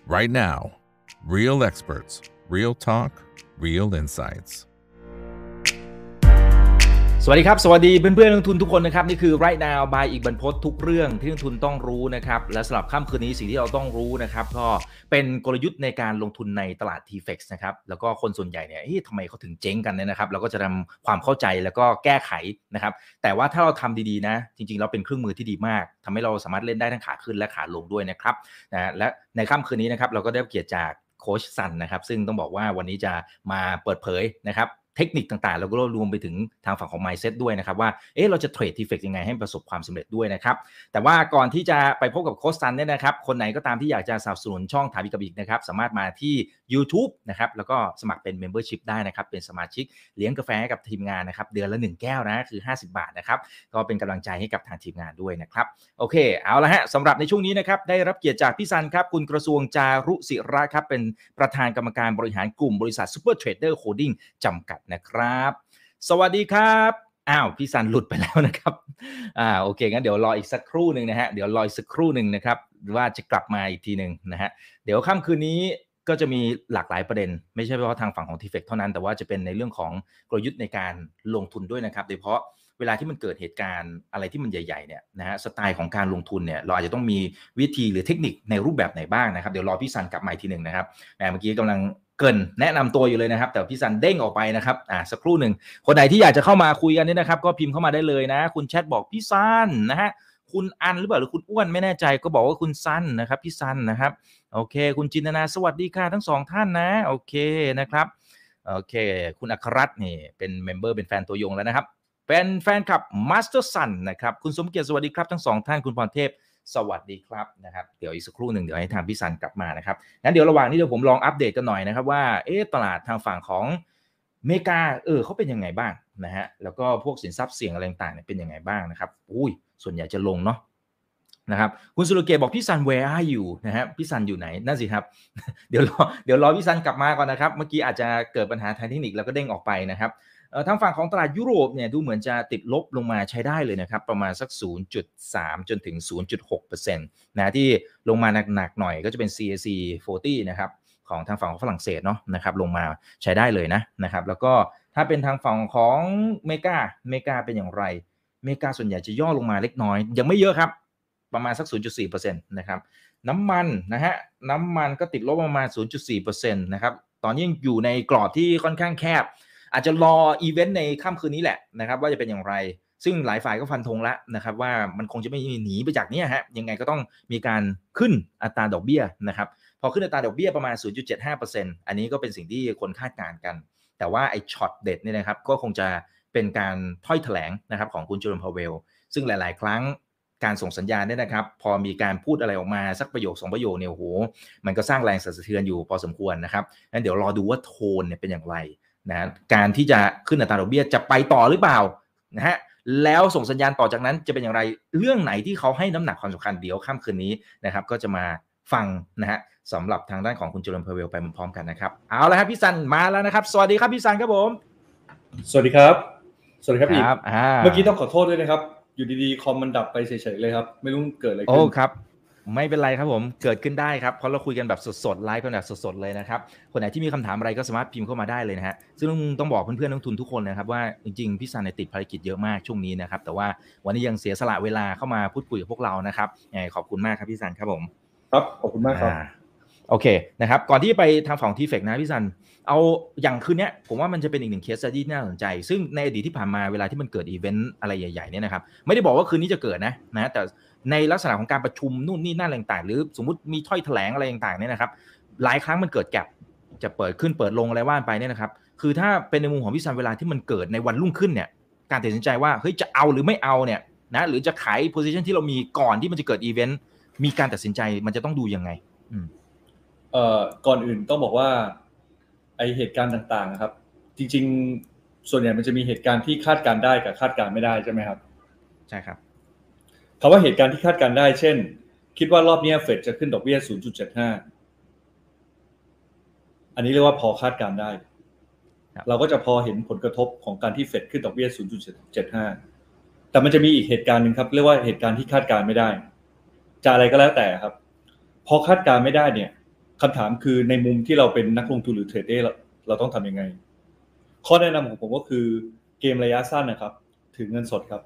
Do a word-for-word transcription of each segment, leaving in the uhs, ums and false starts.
right now. Real experts, real talk, real insights. สวัสดีครับสวัสดีเพื่อนเพื่อนนักลงทุนทุกคนนะครับนี่คือ Right Now by อีกบรรพตทุกเรื่องที่นักลงทุนต้องรู้นะครับและสำหรับค่ำคืนนี้สิ่งที่เราต้องรู้นะครับก็เป็นกลยุทธ์ในการลงทุนในตลาด ที เอฟ อี เอ็กซ์ นะครับแล้วก็คนส่วนใหญ่เนี่ยเฮ้ยทำไมเขาถึงเจ๊งกันเนี่ยนะครับเราก็จะทำความเข้าใจแล้วก็แก้ไขนะครับแต่ว่าถ้าเราทำดีๆนะจริงๆแล้วเป็นเครื่องมือที่ดีมากทำให้เราสามารถเล่นได้ทั้งขาขึ้นและขาลงด้วยนะครับนะและในค่ำคืนนี้นะครับเราก็ได้เกียรติจากโค้ชซันนะครับซึ่งต้องบอกว่าวันนี้จะมาเปิดเผยนะครับเทคนิคต่างๆแล้วก็รวมไปถึงทางฝั่งของ mindset ด้วยนะครับว่าเอ๊ะเราจะเทรด ที เอฟ อี เอ็กซ์ ยังไงให้ประสบความสำเร็จด้วยนะครับแต่ว่าก่อนที่จะไปพบกับโค้ชซันเนี่ยนะครับคนไหนก็ตามที่อยากจะสนับสนุนช่องถามอีกกับอีกนะครับสามารถมาที่ YouTube นะครับแล้วก็สมัครเป็น membership ได้นะครับเป็นสมาชิกเลี้ยงกาแฟให้กับทีมงานนะครับเดือนละหนึ่งแก้วนะคือห้าสิบบาทนะครับก็เป็นกำลังใจให้กับทางทีมงานด้วยนะครับโอเคเอาละฮะสำหรับในช่วงนี้นะครับได้รับเกียรติจากพี่ซันครับคุณกระทรวงจารุศิระครับเป็นประธานกรรมการบริหารกลุ่มบริษัท Super Trader Holding จำกัดนะครับสวัสดีครับอ้าวพี่ซันหลุดไปแล้วนะครับอ่าโอเคงั้นเดี๋ยวรออีกสักครู่หนึ่งนะฮะเดี๋ยวรออีกสักครู่หนึ่งนะครับว่าจะกลับมาอีกทีหนึ่งนะฮะเดี๋ยวค่ำคืนนี้ก็จะมีหลากหลายประเด็นไม่ใช่เฉพาะทางฝั่งของ ที เอฟ อี เอ็กซ์ เท่านั้นแต่ว่าจะเป็นในเรื่องของกลยุทธ์ในการลงทุนด้วยนะครับโดยเฉพาะเวลาที่มันเกิดเหตุการณ์อะไรที่มันใหญ่ๆเนี่ยนะฮะสไตล์ของการลงทุนเนี่ยเราอาจจะต้องมีวิธีหรือเทคนิคในรูปแบบไหนบ้างนะครับเดี๋ยวรอพี่ซันกลับมาอีกทีหนึ่งนะครับเมื่อกี้กำลังเกินแนะนำตัวอยู่เลยนะครับแต่พี่ซันเด้งออกไปนะครับอ่าสักครู่หนึ่งคนไหนที่อยากจะเข้ามาคุยกันเนี่ยนะครับก็พิมพ์เข้ามาได้เลยนะคุณแชทบอกพี่ซันนะฮะคุณอันหรือเปล่าหรือคุณอ้วนไม่แน่ใจก็บอกว่าคุณซันนะครับพี่ซันนะครับโอเคคุณจินตนาสวัสดีค่ะทั้งสองท่านนะโอเคนะครับโอเคคุณอัครรัตน์นี่เป็นเมมเบอร์เป็นแฟนตัวยงแล้วนะครับเป็นแฟนคลับมาสเตอร์ซันนะครับคุณสมเกียรติสวัสดีครับทั้งสองท่านคุณพรเทพสวัสดีครับนะครับเดี๋ยวอีกสักครู่หนึ่งเดี๋ยวให้ทางพี่ซันกลับมานะครับงั้นเดี๋ยวระหว่างนี้เดี๋ยวผมลองอัปเดตกันหน่อยนะครับว่าเอ๊ะตลาดทางฝั่งของอเมริกาเออเขาเป็นยังไงบ้างนะฮะแล้วก็พวกสินทรัพย์เสี่ยงอะไรต่างๆเนี่ยเป็นยังไงบ้างนะครับอุ้ยส่วนใหญ่จะลงเนาะนะครับคุณสุรเกตบอกพี่ซัน where are you นะฮะพี่ซันอยู่ไหนนั่นสิครับ เดี๋ยวรอเดี๋ยวรอพี่ซันกลับมาก่อนนะครับเมื่อกี้อาจจะเกิดปัญหาทางเทคนิคแล้วก็เด้งออกไปนะครับเอ่อทางฝั่งของตลาดยุโรปเนี่ยดูเหมือนจะติดลบลงมาใช้ได้เลยนะครับประมาณสัก ศูนย์จุดสาม จนถึง ศูนย์จุดหกเปอร์เซ็นต์ นะที่ลงมาหนักๆหน่อยก็จะเป็น ซี เอ ซี สี่สิบนะครับของทางฝั่งของฝรั่งเศสเนาะนะครับลงมาใช้ได้เลยนะนะครับแล้วก็ถ้าเป็นทางฝั่งของเมกาเมกาเป็นอย่างไรเมกาส่วนใหญ่จะย่อลงมาเล็กน้อยยังไม่เยอะครับประมาณสัก ศูนย์จุดสี่เปอร์เซ็นต์ นะครับน้ำมันนะฮะน้ำมันก็ติดลบประมาณ ศูนย์จุดสี่เปอร์เซ็นต์ นะครับตอนนี้ยังอยู่ในกรอบที่ค่อนข้างแคบอาจจะรออีเวนต์ในค่ำคืนนี้แหละนะครับว่าจะเป็นอย่างไรซึ่งหลายฝ่ายก็ฟันธงแล้วนะครับว่ามันคงจะไม่หนีไปจากนี้ฮะยังไงก็ต้องมีการขึ้นอัตราดอกเบี้ยนะครับพอขึ้นอัตราดอกเบี้ยประมาณ ศูนย์จุดเจ็ดห้าเปอร์เซ็นต์ อันนี้ก็เป็นสิ่งที่คนคาดการณ์กันแต่ว่าไอ้ช็อตเด็ดเนี่ยนะครับก็คงจะเป็นการถ้อยแถลงนะครับของคุณเจอร์มพาวเวลซึ่งหลายๆครั้งการส่งสัญญาณเนี่ยนะครับพอมีการพูดอะไรออกมาสักประโยคสองประโยคเนี่ยโอ้โหมันก็สร้างแรงสั่นสะเทือนอยู่พอสมควรนะครับงั้นเดี๋ยวรอดูว่าโทนเนี่ยเป็นอย่างไรนะการที่จะขึ้นอัตราดอกเบี้ยจะไปต่อหรือเปล่านะฮะแล้วส่งสัญญาณต่อจากนั้นจะเป็นอย่างไรเรื่องไหนที่เขาให้น้ำหนักความสำคัญเดี๋ยวค่ำคืนนี้นะครับก็จะมาฟังนะฮะสำหรับทางด้านของคุณเจอร์มพาวเวลไปพร้อมกันนะครับเอาละครับพี่ซันมาแล้วนะครับสวัสดีครับพี่ซันครับผมสวัสดีครับสวัสดีครับอีกเมื่อกี้ต้องขอโทษด้วยนะครับอยู่ดีๆคอมมันดับไปเฉยๆเลยครับไม่รู้เกิดอะไรขึ้นโอ้ครับไม่เป็นไรครับผมเกิดขึ้นได้ครับเพราะเราคุยกันแบบสดๆไลฟ์กันแบบสดๆเลยนะครับคนไหนที่มีคำถามอะไรก็สามารถพิมพ์เข้ามาได้เลยนะฮะซึ่งต้องบอกเพื่อนๆนักทุนทุกคนนะครับว่าจริงๆพี่ซันติดภารกิจเยอะมากช่วงนี้นะครับแต่ว่าวันนี้ยังเสียสละเวลาเข้ามาพูดคุยกับพวกเรานะครับขอบคุณมากครับพี่ซันครับผมครับขอบคุณมากครับโอเคนะครับก่อนที่ไปทางฝั่ง ที เอฟ อี เอ็กซ์ นะพี่ซันเอาอย่างคืนนี้ผมว่ามันจะเป็นอีกหนึ่งเคสที่น่าสนใจซึ่งในอดีตที่ผ่านมาเวลาที่มันเกิดอีเวนต์อะไรใหญ่ๆเนี่ยนะครับไม่ได้บอกว่าคืนนี้จะเกิดนะนะแต่ในลักษณะของการประชุมนู่นนี่นั่นอะไรต่างๆหรือสมมุติมีถ้อยแถลงอะไรต่างๆเนี่ยนะครับหลายครั้งมันเกิดแก็ปจะเปิดขึ้นเปิดลงอะไรว่านไปเนี่ยนะครับคือถ้าเป็นในมุมของพี่ซันเวลาที่มันเกิดในวันรุ่งขึ้นเนี่ยการตัดสินใจว่าเฮ้ยจะเอาหรือไม่เอาเนี่ยนะหรือจะขายโพซิชันที่เรามีก่อนที่มันจะเกิดอีเวนต์มีการตัดสินใจมันจะต้องดูยังไงอืมเอ่อก่อนอื่นต้องบอกว่าไอเหตุการณ์ต่างๆครับจริงๆส่วนใหญ่มันจะมีเหตุการณ์ที่คาดการได้กับคาดการไม่ได้ใช่ไหมครับใช่ครับคำว่าเหตุการณ์ที่คาดการได้เช่นคิดว่ารอบนี้เฟดจะขึ้นดอกเบี้ย ศูนย์จุดเจ็ดห้า อันนี้เรียกว่าพอคาดการได้เราก็จะพอเห็นผลกระทบของการที่เฟดขึ้นดอกเบี้ย ศูนย์จุดเจ็ดห้า แต่มันจะมีอีกเหตุการณ์นึงครับเรียกว่าเหตุการณ์ที่คาดการไม่ได้จะอะไรก็แล้วแต่ครับพอคาดการไม่ได้เนี่ยคำถามคือในมุมที่เราเป็นนักลงทุนหรือเทรดเดอร์เราเราต้องทำยังไงข้อแนะนำของผมก็คือเกมระยะสั้นนะครับถือเงินสดครับ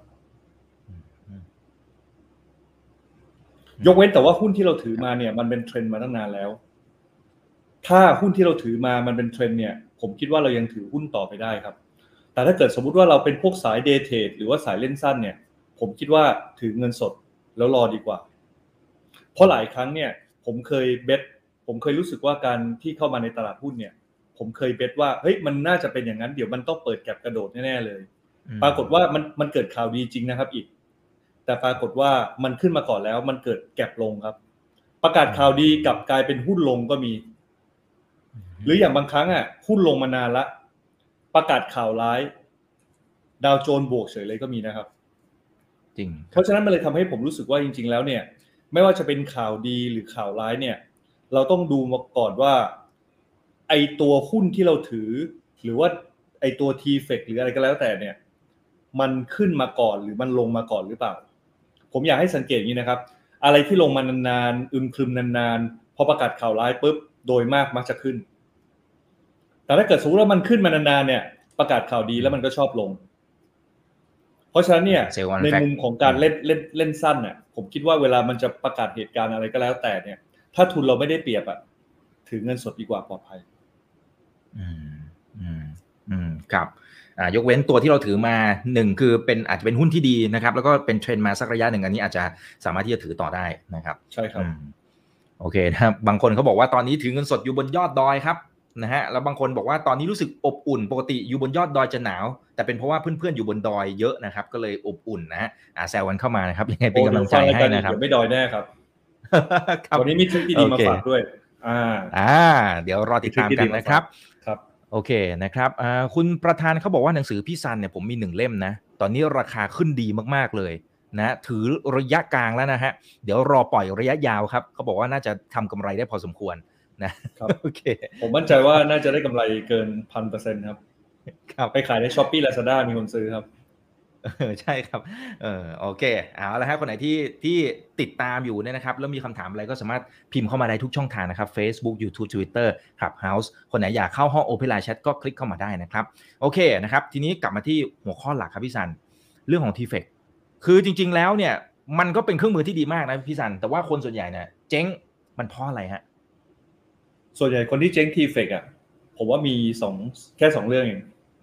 ยกเว้นแต่ว่าหุ้นที่เราถือมาเนี่ยมันเป็นเทรนด์มาตั้งนานแล้วถ้าหุ้นที่เราถือมามันเป็นเทรนด์เนี่ยผมคิดว่าเรายังถือหุ้นต่อไปได้ครับแต่ถ้าเกิดสมมุติว่าเราเป็นพวกสายเดย์เทรดหรือว่าสายเล่นสั้นเนี่ยผมคิดว่าถือเงินสดแล้วรอดีกว่าเพราะหลายครั้งเนี่ยผมเคยเบทผมเคยรู้สึกว่าการที่เข้ามาในตลาดหุ้นเนี่ยผมเคยเบทว่าเฮ้ยมันน่าจะเป็นอย่างนั้นเดี๋ยวมันต้องเปิดแก็บกระโดดแน่ๆเลยปรากฏว่ามันมันเกิดข่าวดีจริงนะครับอีกแต่ปรากฏว่ามันขึ้นมาก่อนแล้วมันเกิดแก็บลงครับประกาศข่าวดีกลับกลายเป็นหุ้นลงก็มีหรืออย่างบางครั้งอ่ะหุ้นลงมานานละประกาศข่าวร้ายดาวโจนส์บวกเฉยเลยก็มีนะครับจริงเพราะฉะนั้นมันเลยทำให้ผมรู้สึกว่าจริงๆแล้วเนี่ยไม่ว่าจะเป็นข่าวดีหรือข่าวร้ายเนี่ยเราต้องดูมาก่อนว่าไอตัวหุ้นที่เราถือหรือว่าไอตัว ที เอฟ อี ซี หรืออะไรก็แล้วแต่เนี่ยมันขึ้นมาก่อนหรือมันลงมาก่อนหรือเปล่าผมอยากให้สังเกตอย่างนี้นะครับอะไรที่ลงมานานๆอึมครึมนานๆพอประกาศข่าวร้ายปุ๊บโดยมากมักจะขึ้นแต่ถ้าเกิดสมมติว่ามันขึ้นมานานๆเนี่ยประกาศข่าวดีแล้วมันก็ชอบลงเพราะฉะนั้นเนี่ยในมุมของการเล่นเล่นเล่นสั้นน่ะผมคิดว่าเวลามันจะประกาศเหตุการณ์อะไรก็แล้วแต่เนี่ยถ้าทุนเราไม่ได้เปรียบอ่ะถือเงินสดดีกว่าปลอดภัยอืมอืมอืมครับอ่ายกเว้นตัวที่เราถือมาหนึ่งคือเป็นอาจจะเป็นหุ้นที่ดีนะครับแล้วก็เป็นเทรนด์มาสักระยะหนึ่งอันนี้อาจจะสามารถที่จะถือต่อได้นะครับใช่ครับโอเคนะครับบางคนเขาบอกว่าตอนนี้ถือเงินสดอยู่บนยอดดอยครับนะฮะแล้วบางคนบอกว่าตอนนี้รู้สึกอบอุ่นปกติอยู่บนยอดดอยจะหนาวแต่เป็นเพราะว่าเพื่อนๆอยู่บนดอยเยอะนะครับก็เลยอบอุ่นนะฮะอ่าแซวกันเข้ามานะครับยังไงเป็นกำลังใจให้นะครับเดี๋ยวไม่ดอยแน่ครับวันนี้มีทริคดีมาฝากด้วยอ่าอ่าเดี๋ยวรอติดตามกันนะครับครับโอเคนะครับอ่าคุณประธานเขาบอกว่าหนังสือพี่ซันเนี่ยผมมีหนึ่งเล่มนะตอนนี้ราคาขึ้นดีมากๆเลยนะถือระยะกลางแล้วนะฮะเดี๋ยวรอปล่อยระยะยาวครับเขาบอกว่าน่าจะทำกำไรได้พอสมควรนะครับโอเคผมมั่นใจว่าน่าจะได้กำไรเกิน หนึ่งพันเปอร์เซ็นต์ ครับครับไปขายใน Shopee Lazada มีคนซื้อครับเออใช่ครับเออโอเคเอาละครับคนไหนที่ที่ติดตามอยู่เนี่ยนะครับแล้วมีคำถามอะไรก็สามารถพิมพ์เข้ามาได้ทุกช่องทางนะครับ Facebook YouTube Twitter Clubhouse คนไหนอยากเข้าห้อง Open Line Chat ก็คลิกเข้ามาได้นะครับโอเคนะครับทีนี้กลับมาที่หัวข้อหลักครับพี่ซันเรื่องของ ที เอฟ อี ซี คือจริงๆแล้วเนี่ยมันก็เป็นเครื่องมือที่ดีมากนะพี่ซันแต่ว่าคนส่วนใหญ่เนี่ยเจ๊งมันเพราะอะไรฮะส่วนใหญ่คนที่เจ๊ง ที เอฟ อี ซี อ่ะผมว่ามีสองแค่สองเรื่องเอง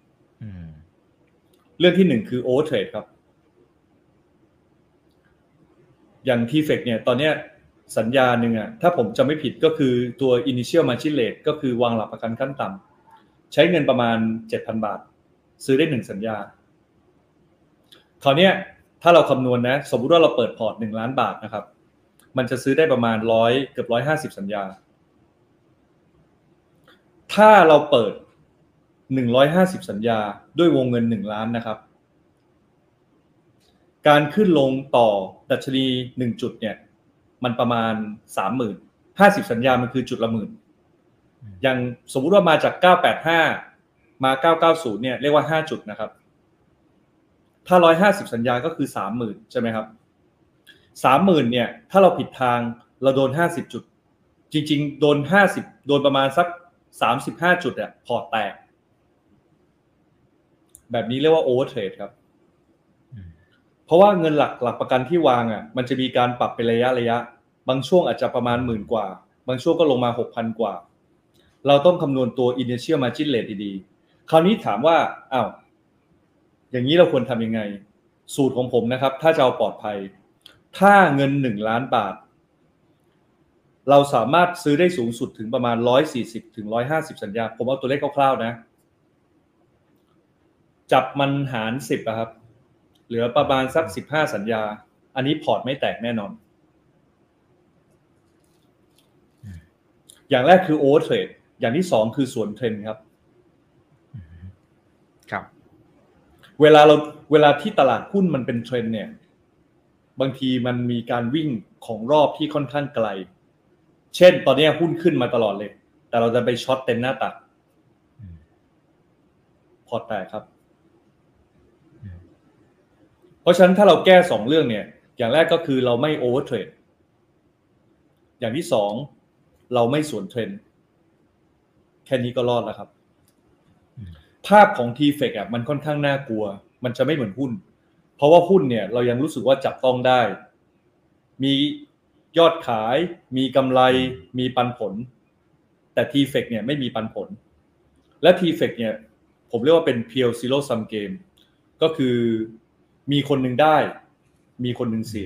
เรื่องที่หนึ่งคือโอเวอร์เทรดครับอย่าง ที เอฟ อี ซี เนี่ยตอนเนี้ยสัญญาหนึ่งอ่ะถ้าผมจำไม่ผิดก็คือตัว initial margin rate ก็คือวางหลักประกันขั้นต่ำใช้เงินประมาณ เจ็ดพัน บาทซื้อได้หนึ่งสัญญาคราวเนี้ยถ้าเราคำนวณนะสมมุติว่าเราเปิดพอร์ตหนึ่งล้านบาทนะครับมันจะซื้อได้ประมาณร้อยเกือบหนึ่งร้อยห้าสิบสัญญาถ้าเราเปิดหนึ่งร้อยห้าสิบสัญญาด้วยวงเงินหนึ่งล้านนะครับการขึ้นลงต่อดัชนีหนึ่งจุดเนี่ยมันประมาณ สามหมื่น ห้าสิบสัญญามันคือจุดละหมื่นอย่างสมมุติว่ามาจากเก้าแปดห้ามาเก้าเก้าศูนย์เนี่ยเรียกว่าห้าจุดนะครับถ้าหนึ่งร้อยห้าสิบสัญญาก็คือ สามหมื่น ใช่ไหมครับ สามหมื่น เนี่ยถ้าเราผิดทางเราโดนห้าสิบจุดจริงๆโดนห้าสิบโดนประมาณสักสามสิบห้าจุดอ่ะพอร์ตแตกแบบนี้เรียกว่าโอเวอร์เทรดครับเพราะว่าเงินหลักหลักประกันที่วางอ่ะมันจะมีการปรับเป็นระยะระยะบางช่วงอาจจะประมาณหมื่นกว่าบางช่วงก็ลงมา หกพัน กว่าเราต้องคำนวณตัว initial margin rate ดีๆคราวนี้ถามว่าอ้าวอย่างนี้เราควรทำยังไงสูตรของผมนะครับถ้าจะเอาปลอดภัยถ้าเงินหนึ่งล้านบาทเราสามารถซื้อได้สูงสุดถึงประมาณหนึ่งร้อยสี่สิบถึงหนึ่งร้อยห้าสิบสัญญาผมเอาตัวเลขคร่าวๆนะจับมันหารสิบอ่ะครับเหลือประมาณสักสิบห้าสัญญาอันนี้พอร์ตไม่แตกแน่นอนอย่างแรกคือโอเวอร์เทรดอย่างที่สองคือสวนเทรนด์ครับครับเวลาเราเวลาที่ตลาดหุ้นมันเป็นเทรนด์เนี่ยบางทีมันมีการวิ่งของรอบที่ค่อนข้างไกลเช่นตอนนี้หุ้นขึ้นมาตลอดเลยแต่เราจะไปช็อตเต็มหน้าตักพอร์ตแตกครับเพราะฉะนั้นถ้าเราแก้สองเรื่องเนี่ยอย่างแรกก็คือเราไม่โอเวอร์เทรดอย่างที่สองเราไม่สวนเทรนด์แค่นี้ก็รอดแล้วครับภาพของ ที เอฟ อี ซี อ่ะมันค่อนข้างน่ากลัวมันจะไม่เหมือนหุ้นเพราะว่าหุ้นเนี่ยเรายังรู้สึกว่าจับต้องได้มียอดขายมีกำไรมีปันผลแต่ ที เอฟ อี ซี เนี่ยไม่มีปันผลและ ที เอฟ อี ซี เนี่ยผมเรียกว่าเป็น pure zero sum game ก็คือมีคนหนึ่งได้มีคนหนึ่งเสีย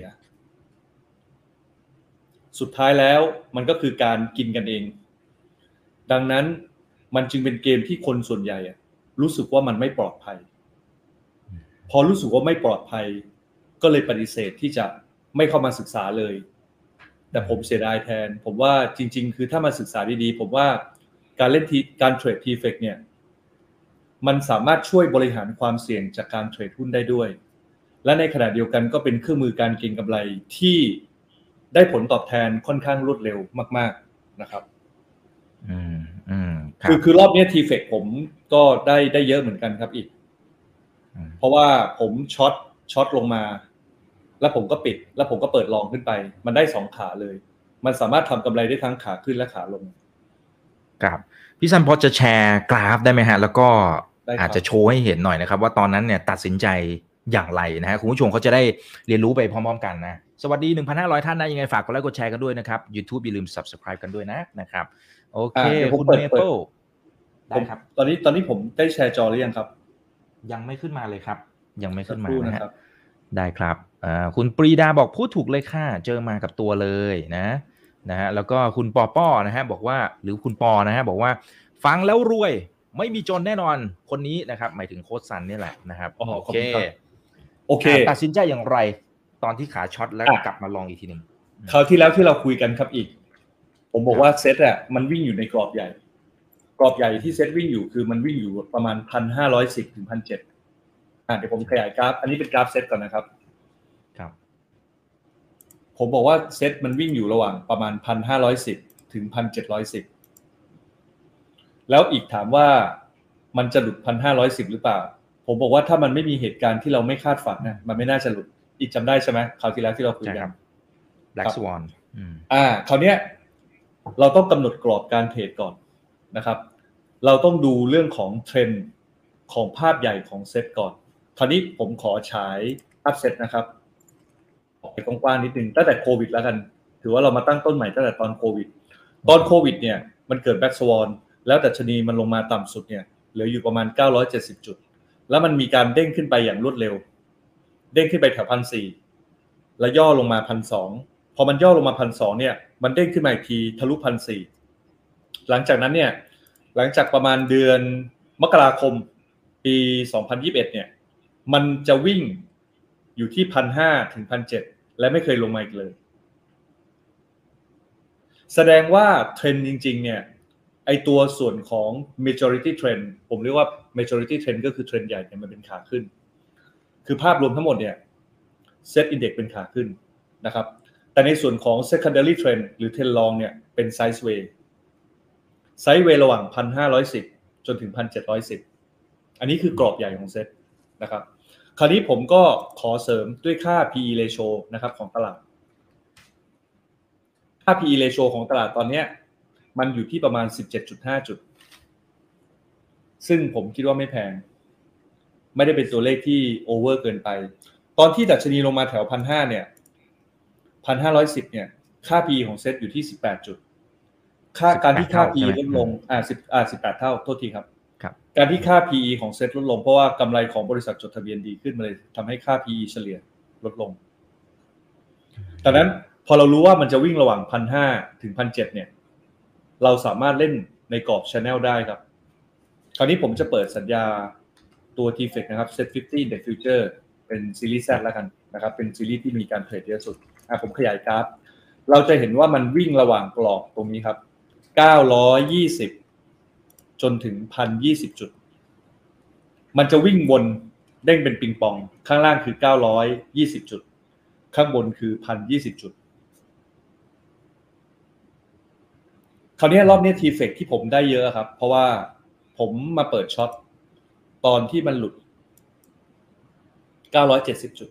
สุดท้ายแล้วมันก็คือการกินกันเองดังนั้นมันจึงเป็นเกมที่คนส่วนใหญ่รู้สึกว่ามันไม่ปลอดภัยพอรู้สึกว่าไม่ปลอดภัยก็เลยปฏิเสธที่จะไม่เข้ามาศึกษาเลยแต่ผมเสียดายแทนผมว่าจริงๆคือถ้ามาศึกษาดีๆผมว่าการเล่นทีการเทรด ที เอฟ อี ซี เนี่ยมันสามารถช่วยบริหารความเสี่ยงจากการเทรดหุ้นได้ด้วยและในขณะเดียวกันก็เป็นเครื่องมือการเก็งกำไรที่ได้ผลตอบแทนค่อนข้างรวดเร็วมากๆนะครับอืมอืมคือคือรอบนี้ ที เอฟ อี ซี ผมก็ได้ได้เยอะเหมือนกันครับอีกเพราะว่าผมช็อตช็อตลงมาแล้วผมก็ปิดแล้วผมก็เปิดลองขึ้นไปมันได้สองขาเลยมันสามารถทำกำไรได้ทั้งขาขึ้นและขาลงครับพี่ซันพอจะแชร์กราฟได้ไหมฮะแล้วก็อาจจะโชว์ให้เห็นหน่อยนะครับว่าตอนนั้นเนี่ยตัดสินใจอย่างไรนะฮะคุณผู้ชมเขาจะได้เรียนรู้ไปพร้อมๆกันนะสวัสดี หนึ่งพันห้าร้อย ท่านนะยังไงฝากกดไลค์กดแชร์กันด้วยนะครับ YouTube อย่าลืม Subscribe กันด้วยนะนะครับโอเคคุณเมเปิลได้ครับตอนนี้ตอนนี้ผมได้แชร์จอหรือยังครับยังไม่ขึ้นมาเลยครับยังไม่ขึ้นมานะฮะได้ครับอ่าคุณปรีดาบอกพูดถูกเลยค่ะเจอมากับตัวเลยนะนะฮะแล้วก็คุณปอป้อนะฮะบอกว่าหรือคุณปอนะฮะบอกว่าฟังแล้วรวยไม่มีจนแน่นอนคนนี้นะครับหมายถึงโค้ชซันนี่แหละนะครับโอเคโอเคตัดสินใจอย่างไรตอนที่ขาช็อตแล้วกลับมาลองอีกทีนึงคราวที่แล้วที่เราคุยกันครับอีกผมบอกว่าเซตอ่ะมันวิ่งอยู่ในกรอบใหญ่กรอบใหญ่ที่เซตวิ่งอยู่คือมันวิ่งอยู่ประมาณ หนึ่งพันห้าร้อยสิบ ถึง หนึ่งพันเจ็ดร้อย อ่ะเดี๋ยวผมขยายกราฟอันนี้เป็นกราฟเซตก่อนนะครับครับผมบอกว่าเซตมันวิ่งอยู่ระหว่างประมาณ หนึ่งพันห้าร้อยสิบ ถึง หนึ่งพันเจ็ดร้อยสิบ แล้วอีกถามว่ามันจะหลุด หนึ่งพันห้าร้อยสิบ หรือเปล่าผมบอกว่าถ้ามันไม่มีเหตุการณ์ที่เราไม่คาดฝันนะมันไม่น่าจะหลุดอีกจำได้ใช่ไหมคราวที่แล้วที่เราคุยกัน Black Swan อ่าคราวเนี้ยเราต้องกำหนดกรอบการเทรดก่อนนะครับเราต้องดูเรื่องของเทรนด์ของภาพใหญ่ของเซตก่อนคราวนี้ผมขอฉายภาพเซตนะครับออกไปกว้างๆนิดนึงตั้งแต่โควิดแล้วกันถือว่าเรามาตั้งต้นใหม่ตั้งแต่ตอนโควิดตอนโควิดเนี่ยมันเกิด Black Swan แล้วดัชนีมันลงมาต่ำสุดเนี่ยเหลืออยู่ประมาณเก้าร้อยเจ็ดสิบจุดแล้วมันมีการเด้งขึ้นไปอย่างรวดเร็วเด้งขึ้นไปแถว หนึ่งพันสี่ร้อย แล้วย่อลงมา หนึ่งพันสองร้อย พอมันย่อลงมา หนึ่งพันสองร้อย เนี่ยมันเด้งขึ้นมาอีกทีทะลุ หนึ่งพันสี่ร้อย หลังจากนั้นเนี่ยหลังจากประมาณเดือนมกราคมปีสองพันยี่สิบเอ็ดเนี่ยมันจะวิ่งอยู่ที่ หนึ่งพันห้าร้อย ถึง หนึ่งพันเจ็ดร้อย และไม่เคยลงมาอีกเลยแสดงว่าเทรนด์จริงๆเนี่ยไอตัวส่วนของ majority trend ผมเรียกว่า majority trend ก็คือเทรนด์ใหญ่เนี่ยมันเป็นขาขึ้นคือภาพรวมทั้งหมดเนี่ย set index เป็นขาขึ้นนะครับแต่ในส่วนของ secondary trend หรือ trend long เนี่ยเป็น sideways sideways ระหว่าง หนึ่งพันห้าร้อยสิบ จนถึง หนึ่งพันเจ็ดร้อยสิบ อันนี้คือกรอบใหญ่ของเซตนะครับคราวนี้ผมก็ขอเสริมด้วยค่า พี อี ratio นะครับของตลาดค่า พี อี ratio ของตลาดตอนนี้มันอยู่ที่ประมาณ สิบเจ็ดจุดห้า จุดซึ่งผมคิดว่าไม่แพงไม่ได้เป็นตัวเลขที่โอเวอร์เกินไปตอนที่ดัชนีลงมาแถว หนึ่งพันห้าร้อย เนี่ย หนึ่งพันห้าร้อยสิบ เนี่ยค่า P ของเซตอยู่ที่สิบแปดจุดค่าการที่ค่า P ลดลงอ่า10อ่าสิบแปดเท่าโทษทีครับการที่ค่า พี อี ของเซตลดลงเพราะว่ากำไรของบริษัทจดทะเบียนดีขึ้นมาเลยทำให้ค่า พี อี เฉลี่ยลดลงดังนั้นพอเรารู้ว่ามันจะวิ่งระหว่าง หนึ่งพันห้าร้อย ถึง หนึ่งพันเจ็ดร้อย เนี่ยเราสามารถเล่นในกรอบ channel ได้ครับคราวนี้ผมจะเปิดสัญญาตัว ที เอฟ อี ซี นะครับ Set ห้าสิบ Index Future เป็นซีรีส์ Z แล้วกันนะครับเป็นซีรีส์ที่มีการเทรดเยอะสุดอ่ะผมขยายกราฟเราจะเห็นว่ามันวิ่งระหว่างกรอบตรงนี้ครับเก้าร้อยยี่สิบจนถึง หนึ่งพันยี่สิบ จุดมันจะวิ่งวนเด้งเป็นปิงปองข้างล่างคือเก้าร้อยยี่สิบจุดข้างบนคือ หนึ่งพันยี่สิบ จุดคราวนี้รอบนี้ ที เอฟ อี ซี ที่ผมได้เยอะครับเพราะว่าผมมาเปิดช็อตตอนที่มันหลุดเก้าร้อยเจ็ดสิบจุด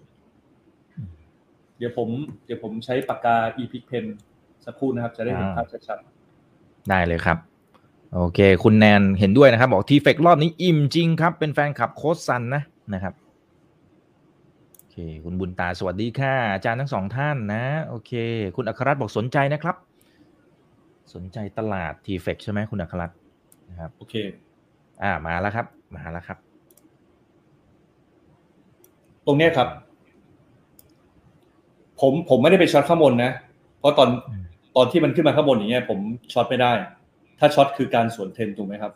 เดี๋ยวผมเดี๋ยวผมใช้ปากกา e-pick pen สักครู่นะครับจะได้เห็นภาพชัดได้เลยครับโอเคคุณแนนเห็นด้วยนะครับบอกทีเฟกรอบนี้อิ่มจริงครับเป็นแฟนคลับโค้ชซันนะนะครับโอเคคุณบุญตาสวัสดีค่ะอาจารย์ทั้งสองท่านนะโอเคคุณอัครรัตน์บอกสนใจนะครับสนใจตลาดทีเฟกใช่ไหมคุณอัครรัตน์นะครับโอเคอ่ามาแล้วครับมาแล้วครับตรงเนี้ยครับผมผมไม่ได้ไปช็อตข้างบนนะเพราะตอนตอนที่มันขึ้นมาข้างบนอย่างเงี้ยผมช็อตไม่ได้ถ้าช็อตคือการสวนเทรนถูกไหมครับ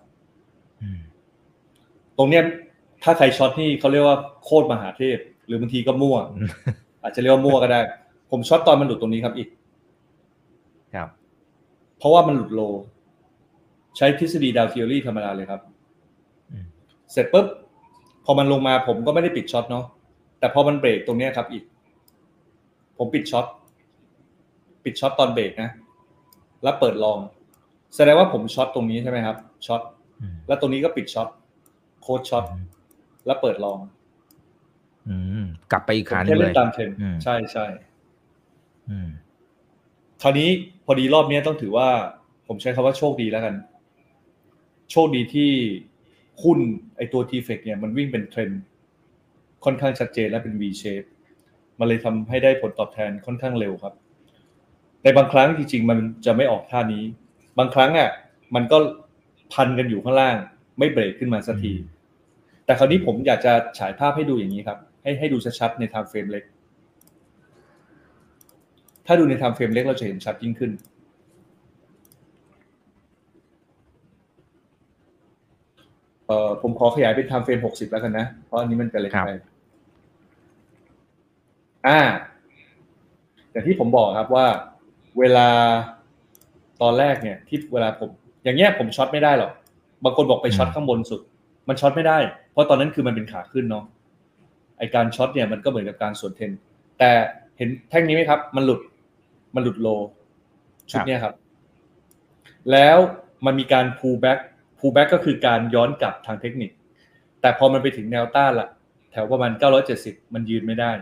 ตรงเนี้ยถ้าใครช็อตนี่เขาเรียกว่าโคตรมหาเทพหรือบางทีก็มั่ว อาจจะเรียกว่ามั่วก็ได้ผมช็อตตอนมันหลุดตรงนี้ครับอีกครับเพราะว่ามันหลุดโลใช้ทฤษฎีดาวเทียรี่ธรรมดาเลยครับเสร็จปุ๊บพอมันลงมาผมก็ไม่ได้ปิดช็อตเนาะแต่พอมันเบรกตรงนี้ครับอีกผมปิดช็อตปิดช็อตตอนเบรกนะแล้วเปิดลองแสดงว่าผมช็อตตรงนี้ใช่ไหมครับช็อตแล้วตรงนี้ก็ปิดช็อตโค้ดช็อตแล้วเปิดลองอืมกลับไปอีกขานึงเลยแค่เล่นตามเทรนด์ใช่ใช่คราวนี้พอดีรอบนี้ต้องถือว่าผมใช้คำว่าโชคดีแล้วกันโชคดีที่หุ้นไอตัว ที เฟก เนี่ยมันวิ่งเป็นเทรนด์ค่อนข้างชัดเจนและเป็น V shape มันเลยทำให้ได้ผลตอบแทนค่อนข้างเร็วครับในบางครั้งจริงๆมันจะไม่ออกท่านี้บางครั้งอ่ะมันก็พันกันอยู่ข้างล่างไม่เบรกขึ้นมาสักทีแต่คราวนี้ผมอยากจะฉายภาพให้ดูอย่างนี้ครับให้ให้ดูชัดๆใน time frame เล็กถ้าดูใน time frame เล็กเราจะเห็นชัดยิ่งขึ้นเอ่อผมขอขยายเป็น time frame หกสิบแล้วกันนะเพราะอันนี้มันจะเล็กไปอ่าอย่างที่ผมบอกครับว่าเวลาตอนแรกเนี่ยที่เวลาผมอย่างเงี้ยผมช็อตไม่ได้หรอกบางคนบอกไปช็อตข้างบนสุดมันช็อตไม่ได้เพราะตอนนั้นคือมันเป็นขาขึ้นเนาะไอการช็อตเนี่ยมันก็เหมือนกับการสวนเทรนแต่เห็นแท่งนี้ไหมครับมันหลุดมันหลุดโลชุดเนี้ยครับแล้วมันมีการ pull back pull back ก็คือการย้อนกลับทางเทคนิคแต่พอมันไปถึงแนวต้านละแถวประมาณเก้าร้อยเจ็ดสิบมันยืนไม่ได้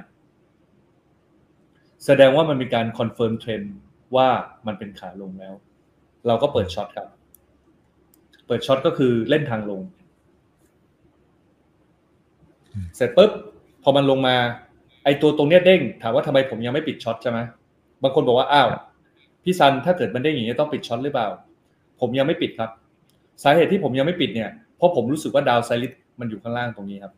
แสดงว่ามันมีการคอนเฟิร์มเทรนด์ว่ามันเป็นขาลงแล้วเราก็เปิดช็อตครับเปิดช็อตก็คือเล่นทางลงเสร็จปุ๊บพอมันลงมาไอตัวตรงเนี้ยเด้งถามว่าทำไมผมยังไม่ปิดช็อตใช่ไหมบางคนบอกว่าอ้าวพี่ซันถ้าเกิดมันเด้งอย่างนี้ต้องปิดช็อตหรือเปล่าผมยังไม่ปิดครับสาเหตุที่ผมยังไม่ปิดเนี่ยเพราะผมรู้สึกว่าดาวไซริสมันอยู่ข้างล่างตรงนี้ครับ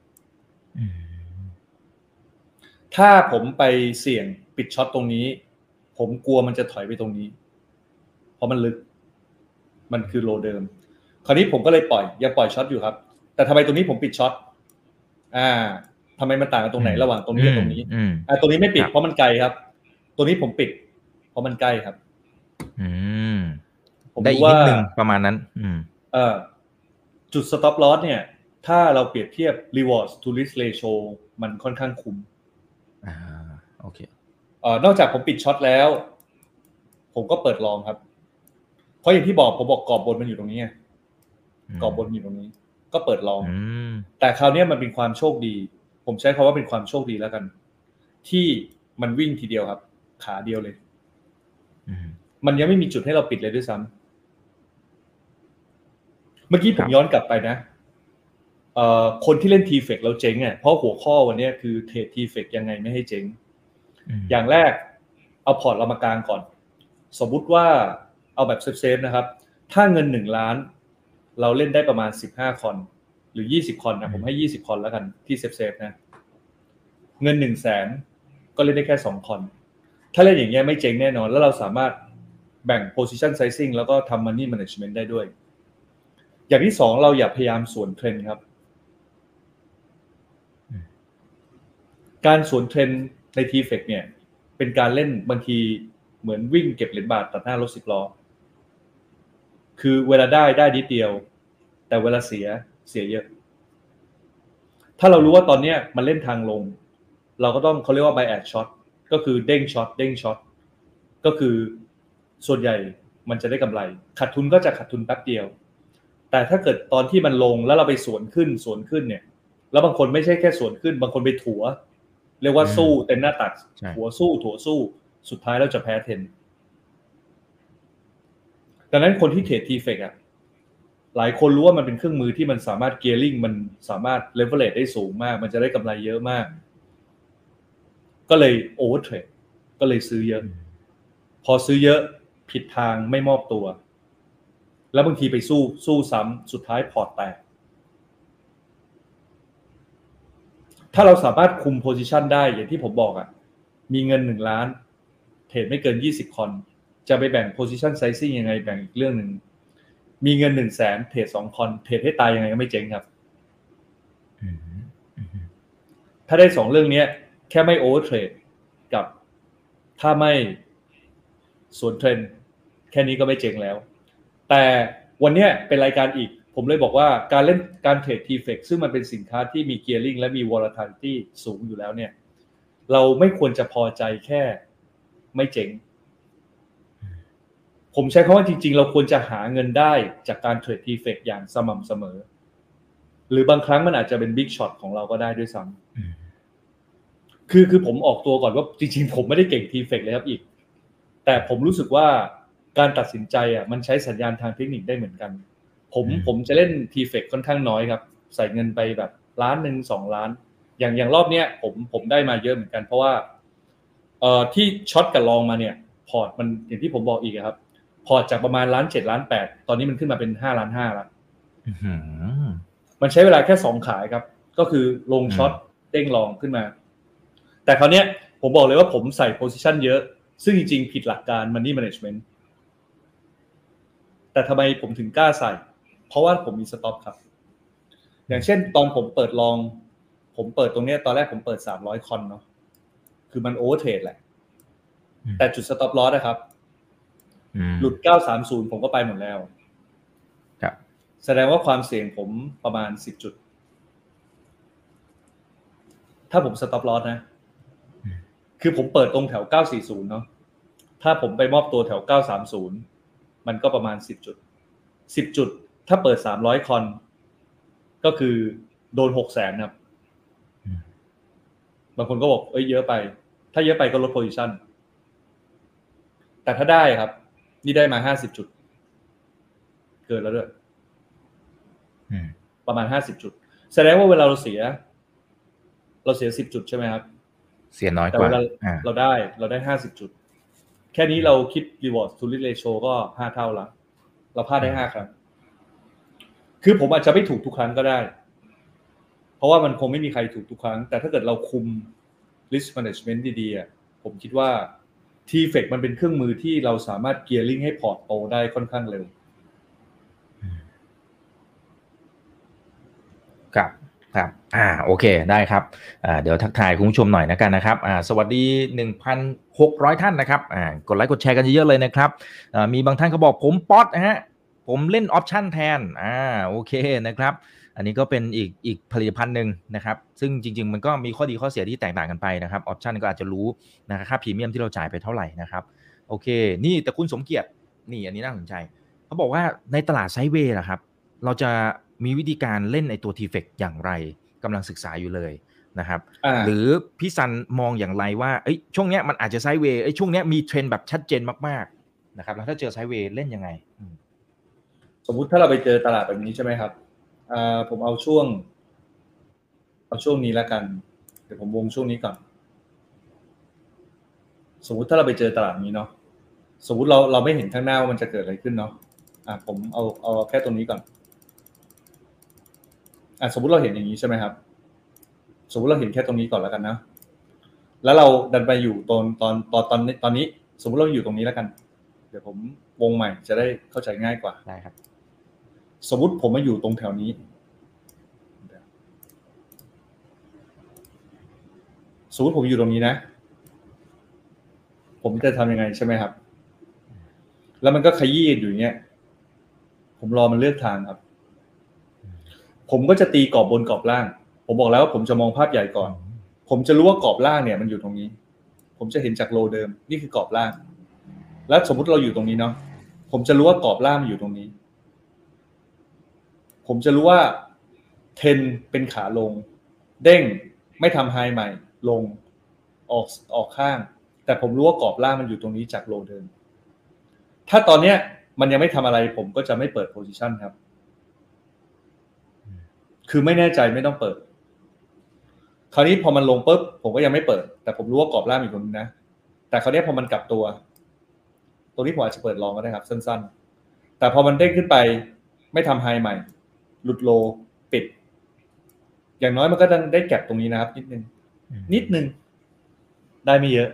ถ้าผมไปเสี่ยงปิดช็อตตรงนี้ผมกลัวมันจะถอยไปตรงนี้เพราะมันลึกมันคือโลเดิมคราวนี้ผมก็เลยปล่อยยังปล่อยช็อตอยู่ครับแต่ทำไมตรงนี้ผมปิดช็อตอ่าทำไมมันต่างกันตรงไหนระหว่างตรงนี้กับตรงนี้อ่าตรงนี้ไม่ปิดเพราะมันไกลครับตรงนี้ผมปิดเพราะมันใกล้ครับอืมผมได้อีกนิดนึงประมาณนั้นอืมเอ่อจุด stop loss เนี่ยถ้าเราเปรียบเทียบ reward to risk ratio มันค่อนข้างคุ้มอ่าโอเคเอ่อนอกจากผมปิดช็อตแล้วผมก็เปิดลองครับเพราะอย่างที่บอกผมบอกกรอบบนมันอยู่ตรงนี้กรอบบนอยู่ตรงนี้ก็เปิดลองแต่คราวนี้มันเป็นความโชคดีผมใช้คำว่าเป็นความโชคดีแล้วกันที่มันวิ่งทีเดียวครับขาเดียวเลยมันยังไม่มีจุดให้เราปิดเลยด้วยซ้ำเมื่อกี้ผมย้อนกลับไปนะเอ่อคนที่เล่น ที เฟก แล้วเจ๊งอ่ะเพราะหัวข้อวันนี้คือเทรด ที เฟก ยังไงไม่ให้เจ๊งอย่างแรกเอาพอร์ตเรามากางก่อนสมมุติว่าเอาแบบเซฟๆนะครับถ้าเงินหนึ่งล้านเราเล่นได้ประมาณสิบห้าคอนหรือยี่สิบคอนนะผมให้ยี่สิบคอนแล้วกันที่เซฟๆนะเงิน หนึ่งแสน ก็เล่นได้แค่สองคอนถ้าเล่นอย่างเงี้ยไม่เจ๊งแน่นอนแล้วเราสามารถแบ่ง position sizing แล้วก็ทำ money management ได้ด้วยอย่างที่สองเราอย่าพยายามสวนเทรนด์ครับการสวนเทรนด์ใน ที เฟก เนี่ยเป็นการเล่นบางทีเหมือนวิ่งเก็บเหรียญบาทตัดหน้ารถสิบล้อคือเวลาได้ได้นิดเดียวแต่เวลาเสียเสียเยอะถ้าเรารู้ว่าตอนนี้มันเล่นทางลงเราก็ต้องเขาเรียกว่า buy at short ก็คือเด้งช็อตเด้งช็อตก็คือส่วนใหญ่มันจะได้กำไรขาดทุนก็จะขาดทุนแป๊บเดียวแต่ถ้าเกิดตอนที่มันลงแล้วเราไปสวนขึ้นสวนขึ้นเนี่ยแล้วบางคนไม่ใช่แค่สวนขึ้นบางคนไปถัวเรียกว่าสู้เต็มหน้าตักถัวสู้ถัวสู้สุดท้ายเราจะแพ้เทรนดังนั้นคนที่เทรด ที เอฟ อี ซี อ่ะหลายคนรู้ว่ามันเป็นเครื่องมือที่มันสามารถ gearing มันสามารถ leverage ได้สูงมากมันจะได้กำไรเยอะมากก็เลย over trade ก็เลยซื้อเยอะพอซื้อเยอะผิดทางไม่มอบตัวแล้วบางทีไปสู้สู้ซ้ำสุดท้ายพอร์ตแตกถ้าเราสามารถคุม position ได้อย่างที่ผมบอกอ่ะมีเงินหนึ่งล้านเทรดไม่เกินยี่สิบคอนจะไปแบ่ง position sizing ยังไงแบ่งอีกเรื่องนึงมีเงินหนึ่งแสนเทรดสองคอนเทรดให้ตายยังไงก็ไม่เจ๊งครับถ้าได้สองเรื่องนี้แค่ไม่โอเวอร์เทรดกับถ้าไม่สวนเทรนด์แค่นี้ก็ไม่เจ๊งแล้วแต่วันนี้เป็นรายการอีกผมเลยบอกว่าการเล่นการเทรด ที เอฟ อี ซี ซึ่งมันเป็นสินค้าที่มี gearing และมี volatility สูงอยู่แล้วเนี่ยเราไม่ควรจะพอใจแค่ไม่เจ๊งผมใช้คำว่าจริงๆเราควรจะหาเงินได้จากการเทรด ที เอฟ อี ซี อย่างสม่ำเสมอหรือบางครั้งมันอาจจะเป็น big shot ของเราก็ได้ด้วยซ้ำคือคือผมออกตัวก่อนว่าจริงๆผมไม่ได้เก่ง ที เอฟ อี ซี เลยครับอีกแต่ผมรู้สึกว่าการตัดสินใจอ่ะมันใช้สัญญาณทางเทคนิคได้เหมือนกันผมผมจะเล่น ที เอฟ อี ซี ค่อนข้างน้อยครับใส่เงินไปแบบล้านหนึ่งสองล้านอย่างอย่างรอบเนี้ยผมผมได้มาเยอะเหมือนกันเพราะว่าเอ่อที่ช็อตกับลองมาเนี่ยพอร์ตมันอย่างที่ผมบอกอีกครับพอร์ตจากประมาณล้านเจ็ดล้านแปดตอนนี้มันขึ้นมาเป็นห้าล้านห้าแล้วมันใช้เวลาแค่สองขายครับก็คือลงช็อตเด้งลองขึ้นมาแต่คราวเนี้ยผมบอกเลยว่าผมใส่โพซิชันเยอะซึ่งจริงๆผิดหลักการ Money Management แต่ทำไมผมถึงกล้าใส่เพราะว่าผมมีสต็อปครับอย่างเช่นตอนผมเปิดลองผมเปิดตรงเนี้ยตอนแรกผมเปิดสามร้อยคอนเนาะคือมันโอเวอร์เทรดแหละแต่จุดสต็อปลอสนะครับหลุดเก้าสามศูนย์ผมก็ไปหมดแล้วครับแสดงว่าความเสี่ยงผมประมาณสิบจุดถ้าผมสต็อปลอสนะคือผมเปิดตรงแถวเก้าสี่ศูนย์เนาะถ้าผมไปมอบตัวแถวเก้าสามศูนย์มันก็ประมาณสิบจุดสิบจุดถ้าเปิดสามร้อยคอนก็คือโดนหกแสนครับบางคนก็บอกเอ้ยเยอะไปถ้าเยอะไปก็ลดโพซิชั่นแต่ถ้าได้ครับนี่ได้มาห้าสิบจุดเกินแล้วด้วยประมาณห้าสิบจุดแสดงว่าเวลาเราเสียเราเสียสิบจุดใช่ไหมครับเสียน้อยกว่าเราได้เราได้ห้าสิบจุดแค่นี้เราคิด reward to risk ratio ก็ห้าเท่าแล้วเราพลาดได้ห้าครั้งคือผมอาจจะไม่ถูกทุกครั้งก็ได้เพราะว่ามันคงไม่มีใครถูกทุกครั้งแต่ถ้าเกิดเราคุม risk management ดีๆผมคิดว่า ที เอฟ อี ซี มันเป็นเครื่องมือที่เราสามารถ gearing ให้พอร์ตโตได้ค่อนข้างเร็วครับครับอ่าโอเคได้ครับอ่าเดี๋ยวทักทายคุณผู้ชมหน่อยนะกันนะครับอ่าสวัสดี หนึ่งพันหกร้อย ท่านนะครับอ่ากดไลค์กดแชร์กันเยอะๆเลยนะครับอ่ามีบางท่านเขาบอกผมป๊อตนะฮะผมเล่นออปชั่นแทนอ่าโอเคนะครับอันนี้ก็เป็นอีกอีกผลิตภัณฑ์หนึ่งนะครับซึ่งจริงๆมันก็มีข้อดีข้อเสียที่แตกต่างกันไปนะครับออปชั่นก็อาจจะรู้นะครับค่าพรีเมียมที่เราจ่ายไปเท่าไหร่นะครับโอเคนี่แต่คุณสมเกียรตินี่อันนี้น่าสนใจเขาบอกว่าในตลาดไซด์เวย์ล่ะครับเราจะมีวิธีการเล่นในตัว ที เอฟ อี ซี อย่างไรกำลังศึกษาอยู่เลยนะครับหรือพี่ซันมองอย่างไรว่าเอ้ยช่วงนี้มันอาจจะไซด์เวย์ไอ้ช่วงนี้มีเทรนด์แบบชัดเจนมากๆนะครับแล้วถ้าเจอไซด์เวย์เล่นยังไงสมมุติถ้าเราไปเจอตลาดแบบนี้ใช่ไหมครับอ่าผมเอาช่วงเอาช่วงนี้แล้วกันเดี๋ยวผมวงช่วงนี้ก่อนสมมุติถ้าเราไปเจอตลาดนี้เนาะสมมุติเราเราไม่เห็นข้างหน้าว่ามันจะเกิดอะไรขึ้นเนาะอ่าผมเอาเอาแค่ตรงนี้ก่อนอ่ะสมมุติเราเห็นอย่างนี้ใช่ไหมครับสมมุติเราเห็นแค่ตรงนี้ก่อนแล้วกันนะแล้วเราดันไปอยู่ตอนตอนตอนตอนนี้ตอนนี้สมมุติเราอยู่ตรงนี้แล้วกันเดี๋ยวผมวงใหม่จะได้เข้าใจง่ายกว่าได้ครับสมมุติผมมาอยู่ตรงแถวนี้สมมุติผมอยู่ตรงนี้นะผมจะทำยังไงใช่ไหมครับแล้วมันก็ขยี้อยู่อย่างเงี้ยผมรอมันเลือกทางครับผมก็จะตีกรอบบนกรอบล่างผมบอกแล้วว่าผมจะมองภาพใหญ่ก่อนผมจะรู้ว่ากรอบล่างเนี่ยมันอยู่ตรงนี้ผมจะเห็นจากโลเดิมนี่คือกรอบล่างแล้วสมมุติเราอยู่ตรงนี้เนาะผมจะรู้ว่ากรอบล่างมันอยู่ตรงนี้ผมจะรู้ว่าเทรนเป็นขาลงเด้งไม่ทำไฮใหม่ลงออกออกข้างแต่ผมรู้ว่ากรอบล่างมันอยู่ตรงนี้จากโลเดิมถ้าตอนเนี้ยมันยังไม่ทำอะไรผมก็จะไม่เปิดโพซิชันครับคือไม่แน่ใจไม่ต้องเปิดคราวนี้พอมันลงปุ๊บผมก็ยังไม่เปิดแต่ผมรู้ว่ากรอบล่างมีตรงนี้นะแต่คราวนี้พอมันกลับตัวตรงนี้ผมอาจจะเปิดลองก็ได้ครับสั้นๆแต่พอมันเด้งขึ้นไปไม่ทำไฮใหม่หลุดโลปิดอย่างน้อยมันก็ต้องได้แก็บตรงนี้นะครับนิดนึงนิดนึงได้ไม่เยอะ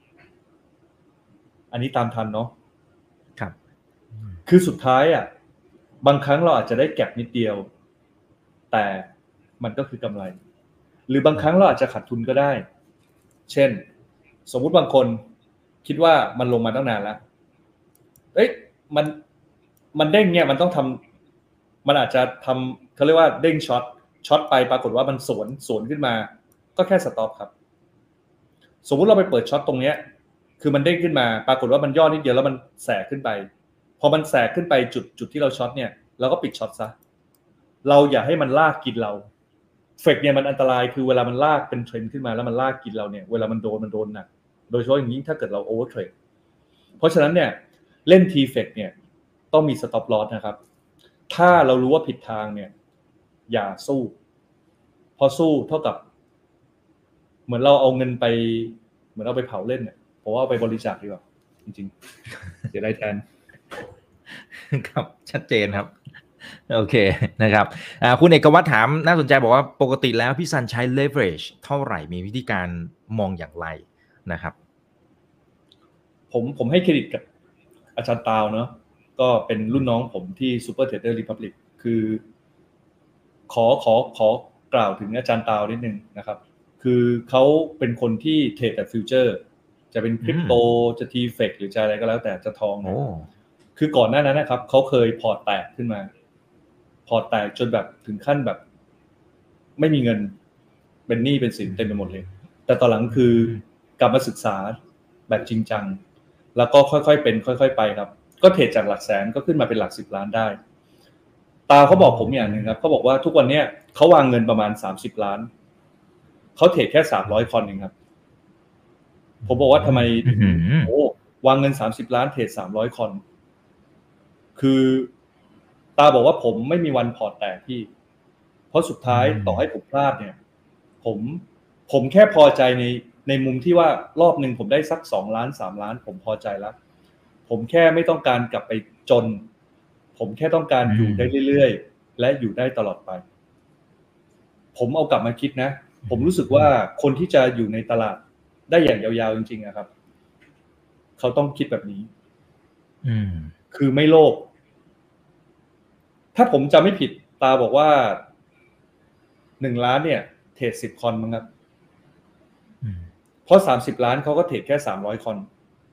อันนี้ตามทันเนาะครับคือสุดท้ายอ่ะบางครั้งเราอาจจะได้แก็บนิดเดียวแต่มันก็คือกำไรหรือบางครั้งเราอาจจะขาดทุนก็ได้เช่นสมมุติบางคนคิดว่ามันลงมาตั้งนานแล้วเอ้ยมันมันเด้งเนี่ยมันต้องทำมันอาจจะทำเขาเรียกว่าเด้งช็อตช็อตไปปรากฏว่ามันสวนสวนขึ้นมาก็แค่สต็อปครับสมมุติเราไปเปิดช็อตตรงเนี้ยคือมันเด้งขึ้นมาปรากฏว่ามันย่อนิดเดียวแล้วมันแสกขึ้นไปพอมันแสกขึ้นไปจุดจุดที่เราช็อตเนี่ยเราก็ปิดช็อตซะเราอย่าให้มันลากกินเราเฟกเนี่ยมันอันตรายคือเวลามันลากเป็นเทรนด์ขึ้นมาแล้วมันลากกินเราเนี่ยเวลามันโดนมันโดนหนักโดยเฉพาะอย่างยิ่งถ้าเกิดเราโอเวอร์เทรดเพราะฉะนั้นเนี่ยเล่น ที เอฟ อี ซี เนี่ยต้องมีสต็อปลอสนะครับถ้าเรารู้ว่าผิดทางเนี่ยอย่าสู้พอสู้เท่ากับเหมือนเราเอาเงินไปเหมือนเอาไปเผาเล่นเนี่ยผมว่าเอาไปบริจาคดีกว่าจริงๆเสียดายแทนครับชัดเจนครับโอเคนะครับคุณเอกวัฒน์ถามน่าสนใจบอกว่าปกติแล้วพี่ซันใช้ leverage เท่าไหร่มีวิธีการมองอย่างไรนะครับผมผมให้เครดิตกับอาจารย์ตาวเนาะก็เป็นรุ่นน้องผมที่ Super Trader Republic คือขอขอขอกล่าวถึงอาจารย์ตาวนิดนึงนะครับคือเขาเป็นคนที่เทรดแต่ฟิวเจอร์จะเป็นคริปโตจะ ที เอฟ อี ซี หรือจะอะไรก็แล้วแต่จะทองนะคือก่อนหน้านั้นนะครับเขาเคยพอร์ตแตกขึ้นมาพอร์ตแตกจนแบบถึงขั้นแบบไม่มีเงินเป็นหนี้เป็นสินเต็มไปหมดเลยแต่ตอนหลังคือกลับมาศึกษาแบบจริงจังแล้วก็ค่อยๆเป็นค่อยๆไปครับก็เทรดจากหลักแสนก็ขึ้นมาเป็นหลักสิบล้านได้ตาเขาบอกผมอย่างนึงครับเขาบอกว่าทุกวันนี้เขาวางเงินประมาณสามสิบล้านเขาเทรดแค่สามร้อยคอนเองครับผมบอกว่าทำไมโอ้วางเงินสามสิบล้านเทรดสามร้อยคอนคือตาบอกว่าผมไม่มีวันพอร์ตแตกพี่เพราะสุดท้ายต่อให้ผมพลาดเนี่ยผมผมแค่พอใจในในมุมที่ว่ารอบนึงผมได้สักสองล้านสามล้านผมพอใจแล้วผมแค่ไม่ต้องการกลับไปจนผมแค่ต้องการอยู่ได้เรื่อยๆและอยู่ได้ตลอดไปผมเอากลับมาคิดนะผมรู้สึกว่าคนที่จะอยู่ในตลาดได้อย่างยาวๆจริงๆนะครับเขาต้องคิดแบบนี้คือไม่โลภถ้าผมจำไม่ผิดตาบอกว่าหนึ่งล้านเนี่ยเทรดสิบคอนมั้งครับเพราะสามสิบล้านเขาก็เทรดแค่สามร้อยคอน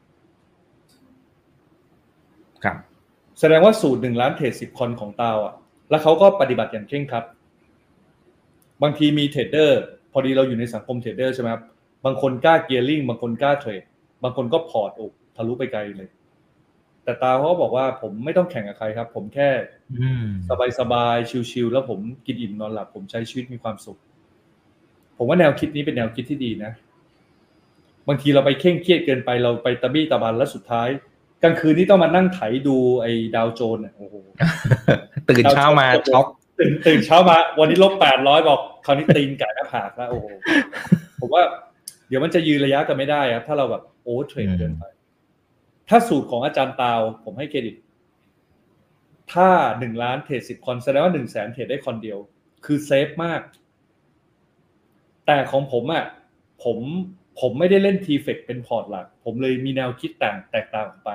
ครับแสดงว่าสูตรหนึ่งล้านเทรดสิบคอนของตาอ่ะแล้วเขาก็ปฏิบัติอย่างเคร่งครัดบางทีมีเทรดเดอร์พอดีเราอยู่ในสังคมเทรดเดอร์ใช่ไหมครับบางคนกล้าเกียร์ลิงบางคนกล้าเทรดบางคนก็พอร์ตอกทะลุไปไกลเลยแต่ตาเขาบอกว่าผมไม่ต้องแข่งกับใครครับผมแค่สบายๆชิลๆแล้วผมกินอิ่มนอนหลับผมใช้ชีวิตมีความสุขผมว่าแนวคิดนี้เป็นแนวคิดที่ดีนะบางทีเราไปเคร่งเครียดเกินไปเราไปตะบี้ตะบันแล้วสุดท้ายกลางคืนนี้ต้องมานั่งไถดูไอ้ดาวโจนส์เนี่ยโอ้โหตื่นเช้ามาช็อกตื่นตื่นเช้ามาวันนี้ลบแปดร้อยบอกคราวนี้ตีนไก่หน้าผากแล้วโอ้โหผมว่าเดี๋ยวมันจะยืนระยะกันไม่ได้ครับถ้าเราแบบโอเวอร์เทรดเกินไปถ้าสูตรของอาจารย์ตาวผมให้เครดิตถ้าหนึ่งล้านเทรดสิบคอนแสดงว่าหนึ่งแสนเทรดได้คอนเดียวคือเซฟมากแต่ของผมอ่ะผมผมไม่ได้เล่น ที เอฟ อี ซี เป็นพอร์ตหลักผมเลยมีแนวคิดต่างแตกต่างไป